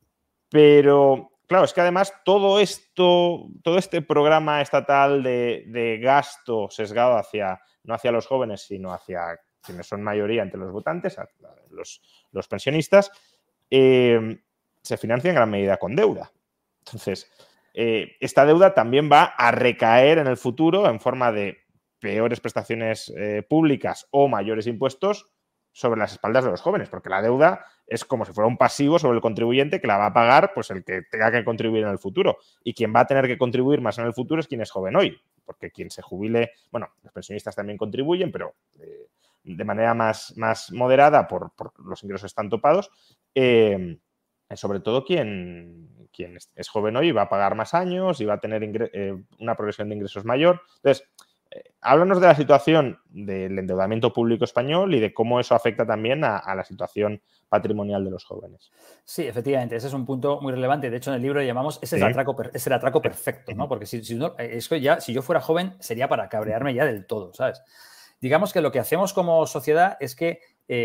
Pero, claro, es que además todo este programa estatal de gasto sesgado no hacia los jóvenes, sino hacia quienes son mayoría entre los votantes, los pensionistas, se financia en gran medida con deuda. Entonces, esta deuda también va a recaer en el futuro en forma de peores prestaciones públicas o mayores impuestos sobre las espaldas de los jóvenes, porque la deuda es como si fuera un pasivo sobre el contribuyente que la va a pagar pues el que tenga que contribuir en el futuro. Y quien va a tener que contribuir más en el futuro es quien es joven hoy, porque quien se jubile, bueno, los pensionistas también contribuyen, pero de manera más moderada por los ingresos están topados. Sobre todo quien es joven hoy va a pagar más años y va a tener una progresión de ingresos mayor. Entonces, háblanos de la situación del endeudamiento público español y de cómo eso afecta también a la situación patrimonial de los jóvenes. Sí, efectivamente, ese es un punto muy relevante. De hecho, en el libro le llamamos es el atraco perfecto, ¿no? Porque si yo fuera joven sería para cabrearme ya del todo, ¿sabes? Digamos que lo que hacemos como sociedad es que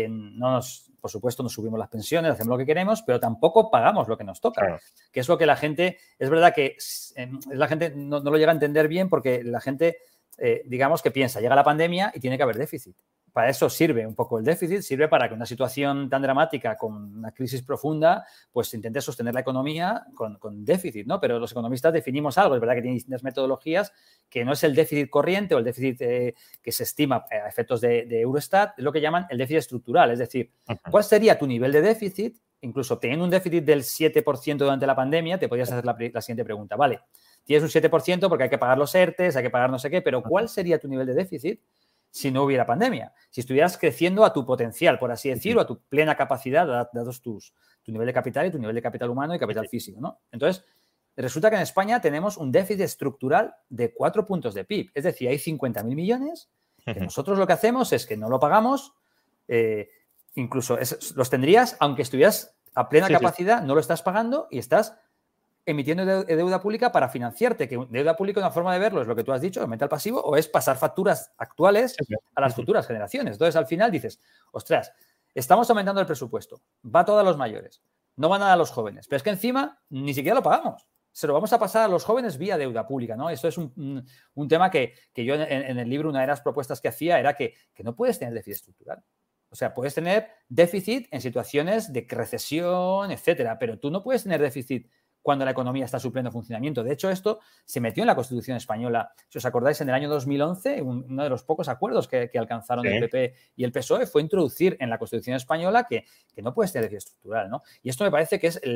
por supuesto, nos subimos las pensiones, hacemos lo que queremos, pero tampoco pagamos lo que nos toca, claro. Que es lo que la gente, es verdad que la gente no lo llega a entender bien porque la gente, digamos que piensa, llega la pandemia y tiene que haber déficit. Para eso sirve un poco el déficit, sirve para que una situación tan dramática, con una crisis profunda, pues intente sostener la economía con déficit, ¿no? Pero los economistas definimos algo, es verdad que tienen distintas metodologías, que no es el déficit corriente o el déficit que se estima a efectos de Eurostat, es lo que llaman el déficit estructural, es decir, ¿cuál sería tu nivel de déficit? Incluso teniendo un déficit del 7% durante la pandemia, te podrías hacer la siguiente pregunta, vale, tienes un 7% porque hay que pagar los ERTES, hay que pagar no sé qué, pero ¿cuál sería tu nivel de déficit si no hubiera pandemia? Si estuvieras creciendo a tu potencial, por así decirlo, a tu plena capacidad, dados tu nivel de capital y tu nivel de capital humano y capital físico, ¿no? Entonces, resulta que en España tenemos un déficit estructural de 4 puntos de PIB. Es decir, hay 50.000 millones que nosotros lo que hacemos es que no lo pagamos, incluso los tendrías, aunque estuvieras a plena capacidad, no lo estás pagando y estás emitiendo deuda pública para financiarte, que deuda pública, una forma de verlo es lo que tú has dicho, aumenta el pasivo, o es pasar facturas actuales a las futuras generaciones. Entonces, al final dices, ostras, estamos aumentando el presupuesto, va todo a los mayores, no va nada a los jóvenes, pero es que encima ni siquiera lo pagamos. se lo vamos a pasar a los jóvenes vía deuda pública, ¿no? Esto es un tema que yo en el libro, una de las propuestas que hacía era que no puedes tener déficit estructural. O sea, puedes tener déficit en situaciones de recesión, etcétera, pero tú no puedes tener déficit cuando la economía está en su pleno funcionamiento. De hecho, esto se metió en la Constitución española. Si os acordáis, en el año 2011, uno de los pocos acuerdos que alcanzaron el PP y el PSOE fue introducir en la Constitución española que no puedes tener déficit estructural, ¿no? Y esto me parece que es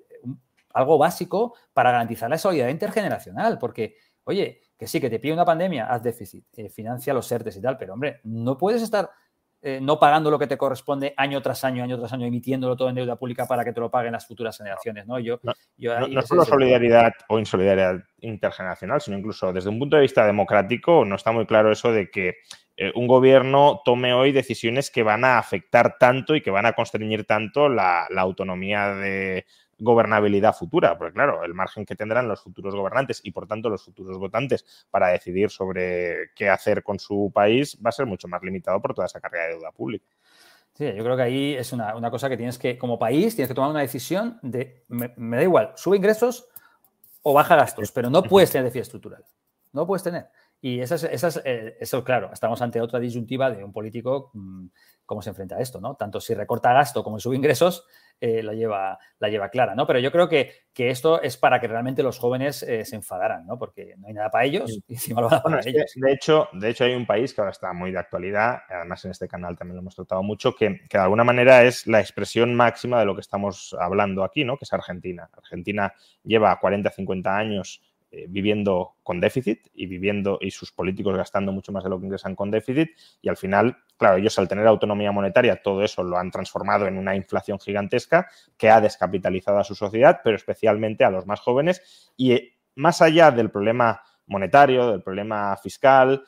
algo básico para garantizar la solidaridad intergeneracional, porque, oye, que sí, que te pide una pandemia, haz déficit, financia los ERTES y tal, pero, hombre, no puedes estar no pagando lo que te corresponde año tras año, emitiéndolo todo en deuda pública para que te lo paguen las futuras generaciones, ¿no? No solo solidaridad o insolidaridad intergeneracional, sino incluso desde un punto de vista democrático no está muy claro eso de que un gobierno tome hoy decisiones que van a afectar tanto y que van a constreñir tanto la autonomía de gobernabilidad futura, porque claro, el margen que tendrán los futuros gobernantes y por tanto los futuros votantes para decidir sobre qué hacer con su país va a ser mucho más limitado por toda esa carga de deuda pública. Sí, yo creo que ahí es una cosa que tienes que, como país, tienes que tomar una decisión de, me da igual, sube ingresos o baja gastos, pero no puedes tener déficit estructural, no puedes tener. Y eso, claro, estamos ante otra disyuntiva de un político, cómo se enfrenta a esto, ¿no? Tanto si recorta gasto como sube ingresos, la lleva clara, ¿no? Pero yo creo que esto es para que realmente los jóvenes se enfadaran, ¿no? Porque no hay nada para ellos y encima lo van a pagar ellos. De hecho, hay un país que ahora está muy de actualidad, además en este canal también lo hemos tratado mucho, que de alguna manera es la expresión máxima de lo que estamos hablando aquí, ¿no? Que es Argentina. Argentina lleva 40, 50 años viviendo con déficit y sus políticos gastando mucho más de lo que ingresan con déficit y al final, claro, ellos al tener autonomía monetaria todo eso lo han transformado en una inflación gigantesca que ha descapitalizado a su sociedad, pero especialmente a los más jóvenes y más allá del problema monetario, del problema fiscal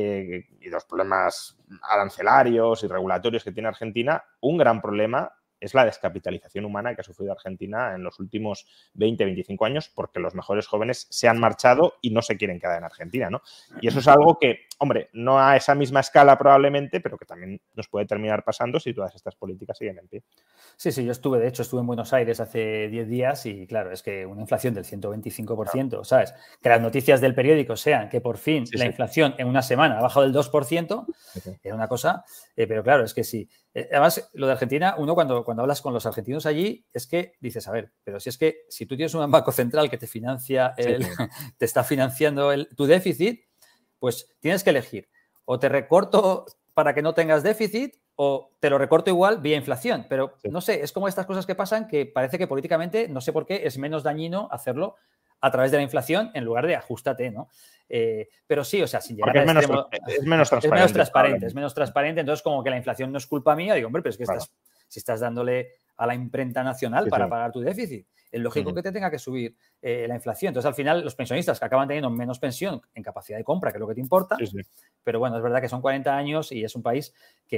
y los problemas arancelarios y regulatorios que tiene Argentina, un gran problema es la descapitalización humana que ha sufrido Argentina en los últimos 20, 25 años porque los mejores jóvenes se han marchado y no se quieren quedar en Argentina, ¿no? Y eso es algo que, hombre, no a esa misma escala probablemente, pero que también nos puede terminar pasando si todas estas políticas siguen en pie. Sí, yo estuve en Buenos Aires hace 10 días y, claro, es que una inflación del 125%, claro. ¿Sabes? Que las noticias del periódico sean que por fin la inflación en una semana ha bajado del 2%, era una cosa, pero claro, es que sí. Además, lo de Argentina, uno cuando hablas con los argentinos allí, es que dices, a ver, pero si es que si tú tienes un banco central que te financia, te está financiando tu déficit, pues tienes que elegir. O te recorto para que no tengas déficit o te lo recorto igual vía inflación. Pero no sé, es como estas cosas que pasan que parece que políticamente, no sé por qué, es menos dañino hacerlo a través de la inflación en lugar de ajustate, ¿no? Pero sí, o sea, sin llegar al extremo... Es menos transparente. Es menos transparente. Entonces, como que la inflación no es culpa mía, digo, hombre, pero es que si estás dándole a la imprenta nacional para pagar tu déficit, es lógico que te tenga que subir la inflación. Entonces, al final, los pensionistas que acaban teniendo menos pensión en capacidad de compra, que es lo que te importa, pero bueno, es verdad que son 40 años y es un país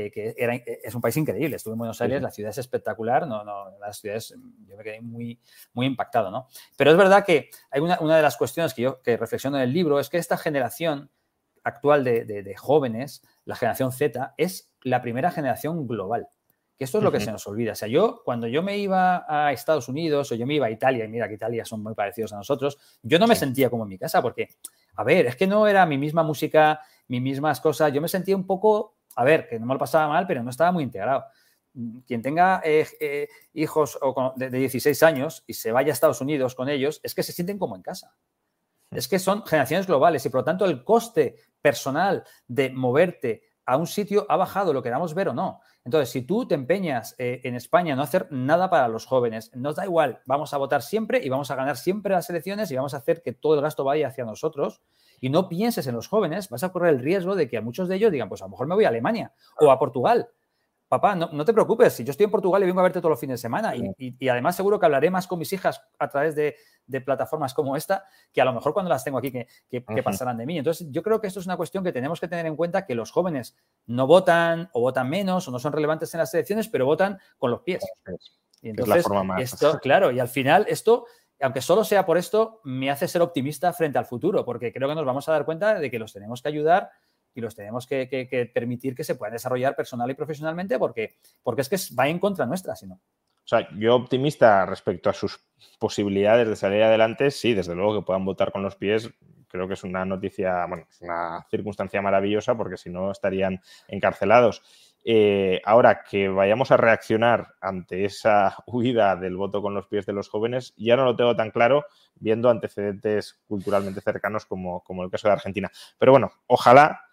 es un país increíble. Estuve en Buenos Aires, la ciudad es espectacular, las ciudades, yo me quedé muy, muy impactado, ¿no? Pero es verdad que hay una de las cuestiones que reflexiono en el libro es que esta generación actual de jóvenes, la generación Z, es la primera generación global. Que esto es lo que se nos olvida. O sea, cuando yo me iba a Estados Unidos o yo me iba a Italia, y mira que Italia son muy parecidos a nosotros, yo no me sentía como en mi casa porque, a ver, es que no era mi misma música, mis mismas cosas. Yo me sentía un poco, a ver, que no me lo pasaba mal, pero no estaba muy integrado. Quien tenga hijos de 16 años y se vaya a Estados Unidos con ellos, es que se sienten como en casa. Es que son generaciones globales y, por lo tanto, el coste personal de moverte a un sitio ha bajado, lo queramos ver o no. Entonces, si tú te empeñas en España a no hacer nada para los jóvenes, nos da igual, vamos a votar siempre y vamos a ganar siempre las elecciones y vamos a hacer que todo el gasto vaya hacia nosotros y no pienses en los jóvenes, vas a correr el riesgo de que a muchos de ellos digan, pues a lo mejor me voy a Alemania o a Portugal. Papá, no te preocupes, si yo estoy en Portugal y vengo a verte todos los fines de semana y además seguro que hablaré más con mis hijas a través de plataformas como esta que a lo mejor cuando las tengo aquí que pasarán de mí. Entonces, yo creo que esto es una cuestión que tenemos que tener en cuenta, que los jóvenes no votan o votan menos o no son relevantes en las elecciones, pero votan con los pies. Y entonces, es la forma más... esto, claro, y al final esto, aunque solo sea por esto, me hace ser optimista frente al futuro, porque creo que nos vamos a dar cuenta de que los tenemos que ayudar y los tenemos que permitir que se puedan desarrollar personal y profesionalmente porque es que va en contra nuestra, si no. O sea, yo optimista respecto a sus posibilidades de salir adelante, sí, desde luego que puedan votar con los pies, creo que es una noticia, bueno, es una circunstancia maravillosa porque si no estarían encarcelados. Ahora, que vayamos a reaccionar ante esa huida del voto con los pies de los jóvenes, ya no lo tengo tan claro viendo antecedentes culturalmente cercanos como el caso de Argentina. Pero bueno, ojalá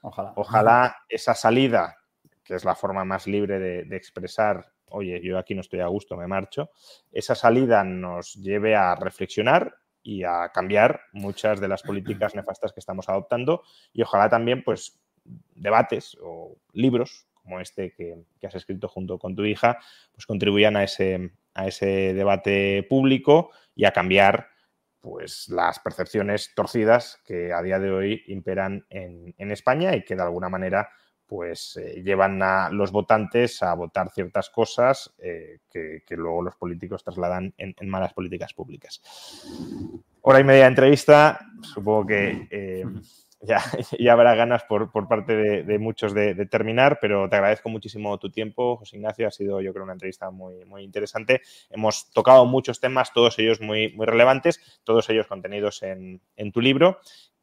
esa salida, que es la forma más libre de expresar, oye, yo aquí no estoy a gusto, me marcho, esa salida nos lleve a reflexionar y a cambiar muchas de las políticas nefastas que estamos adoptando y ojalá también pues debates o libros como este que has escrito junto con tu hija, pues contribuyan a ese debate público y a cambiar pues las percepciones torcidas que a día de hoy imperan en España y que de alguna manera pues llevan a los votantes a votar ciertas cosas que luego los políticos trasladan en malas políticas públicas. Hora y media de entrevista, supongo que ya habrá ganas por parte de muchos de terminar, pero te agradezco muchísimo tu tiempo, José Ignacio. Ha sido, yo creo, una entrevista muy, muy interesante. Hemos tocado muchos temas, todos ellos muy, muy relevantes, todos ellos contenidos en tu libro.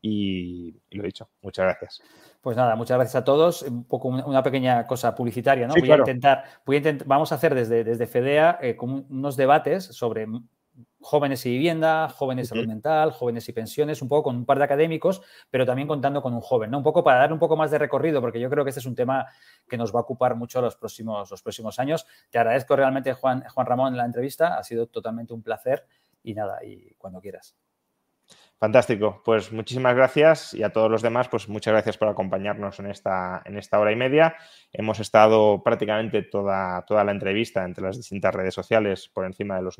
Y lo dicho, muchas gracias. Pues nada, muchas gracias a todos. Un poco una pequeña cosa publicitaria, ¿no? Sí, claro. Vamos a hacer desde FEDEA unos debates sobre jóvenes y vivienda, jóvenes salud mental, jóvenes y pensiones, un poco con un par de académicos, pero también contando con un joven, ¿no? Un poco para dar un poco más de recorrido, porque yo creo que este es un tema que nos va a ocupar mucho los próximos años. Te agradezco realmente, Juan Ramón, la entrevista. Ha sido totalmente un placer y nada, y cuando quieras. Fantástico. Pues muchísimas gracias y a todos los demás, pues muchas gracias por acompañarnos en esta hora y media. Hemos estado prácticamente toda la entrevista entre las distintas redes sociales por encima de los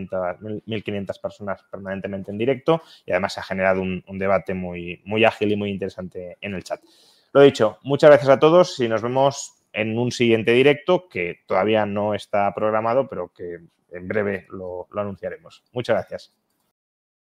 1.500 personas permanentemente en directo y además se ha generado un debate muy, muy ágil y muy interesante en el chat. Lo dicho, muchas gracias a todos y nos vemos en un siguiente directo que todavía no está programado, pero que en breve lo anunciaremos. Muchas gracias.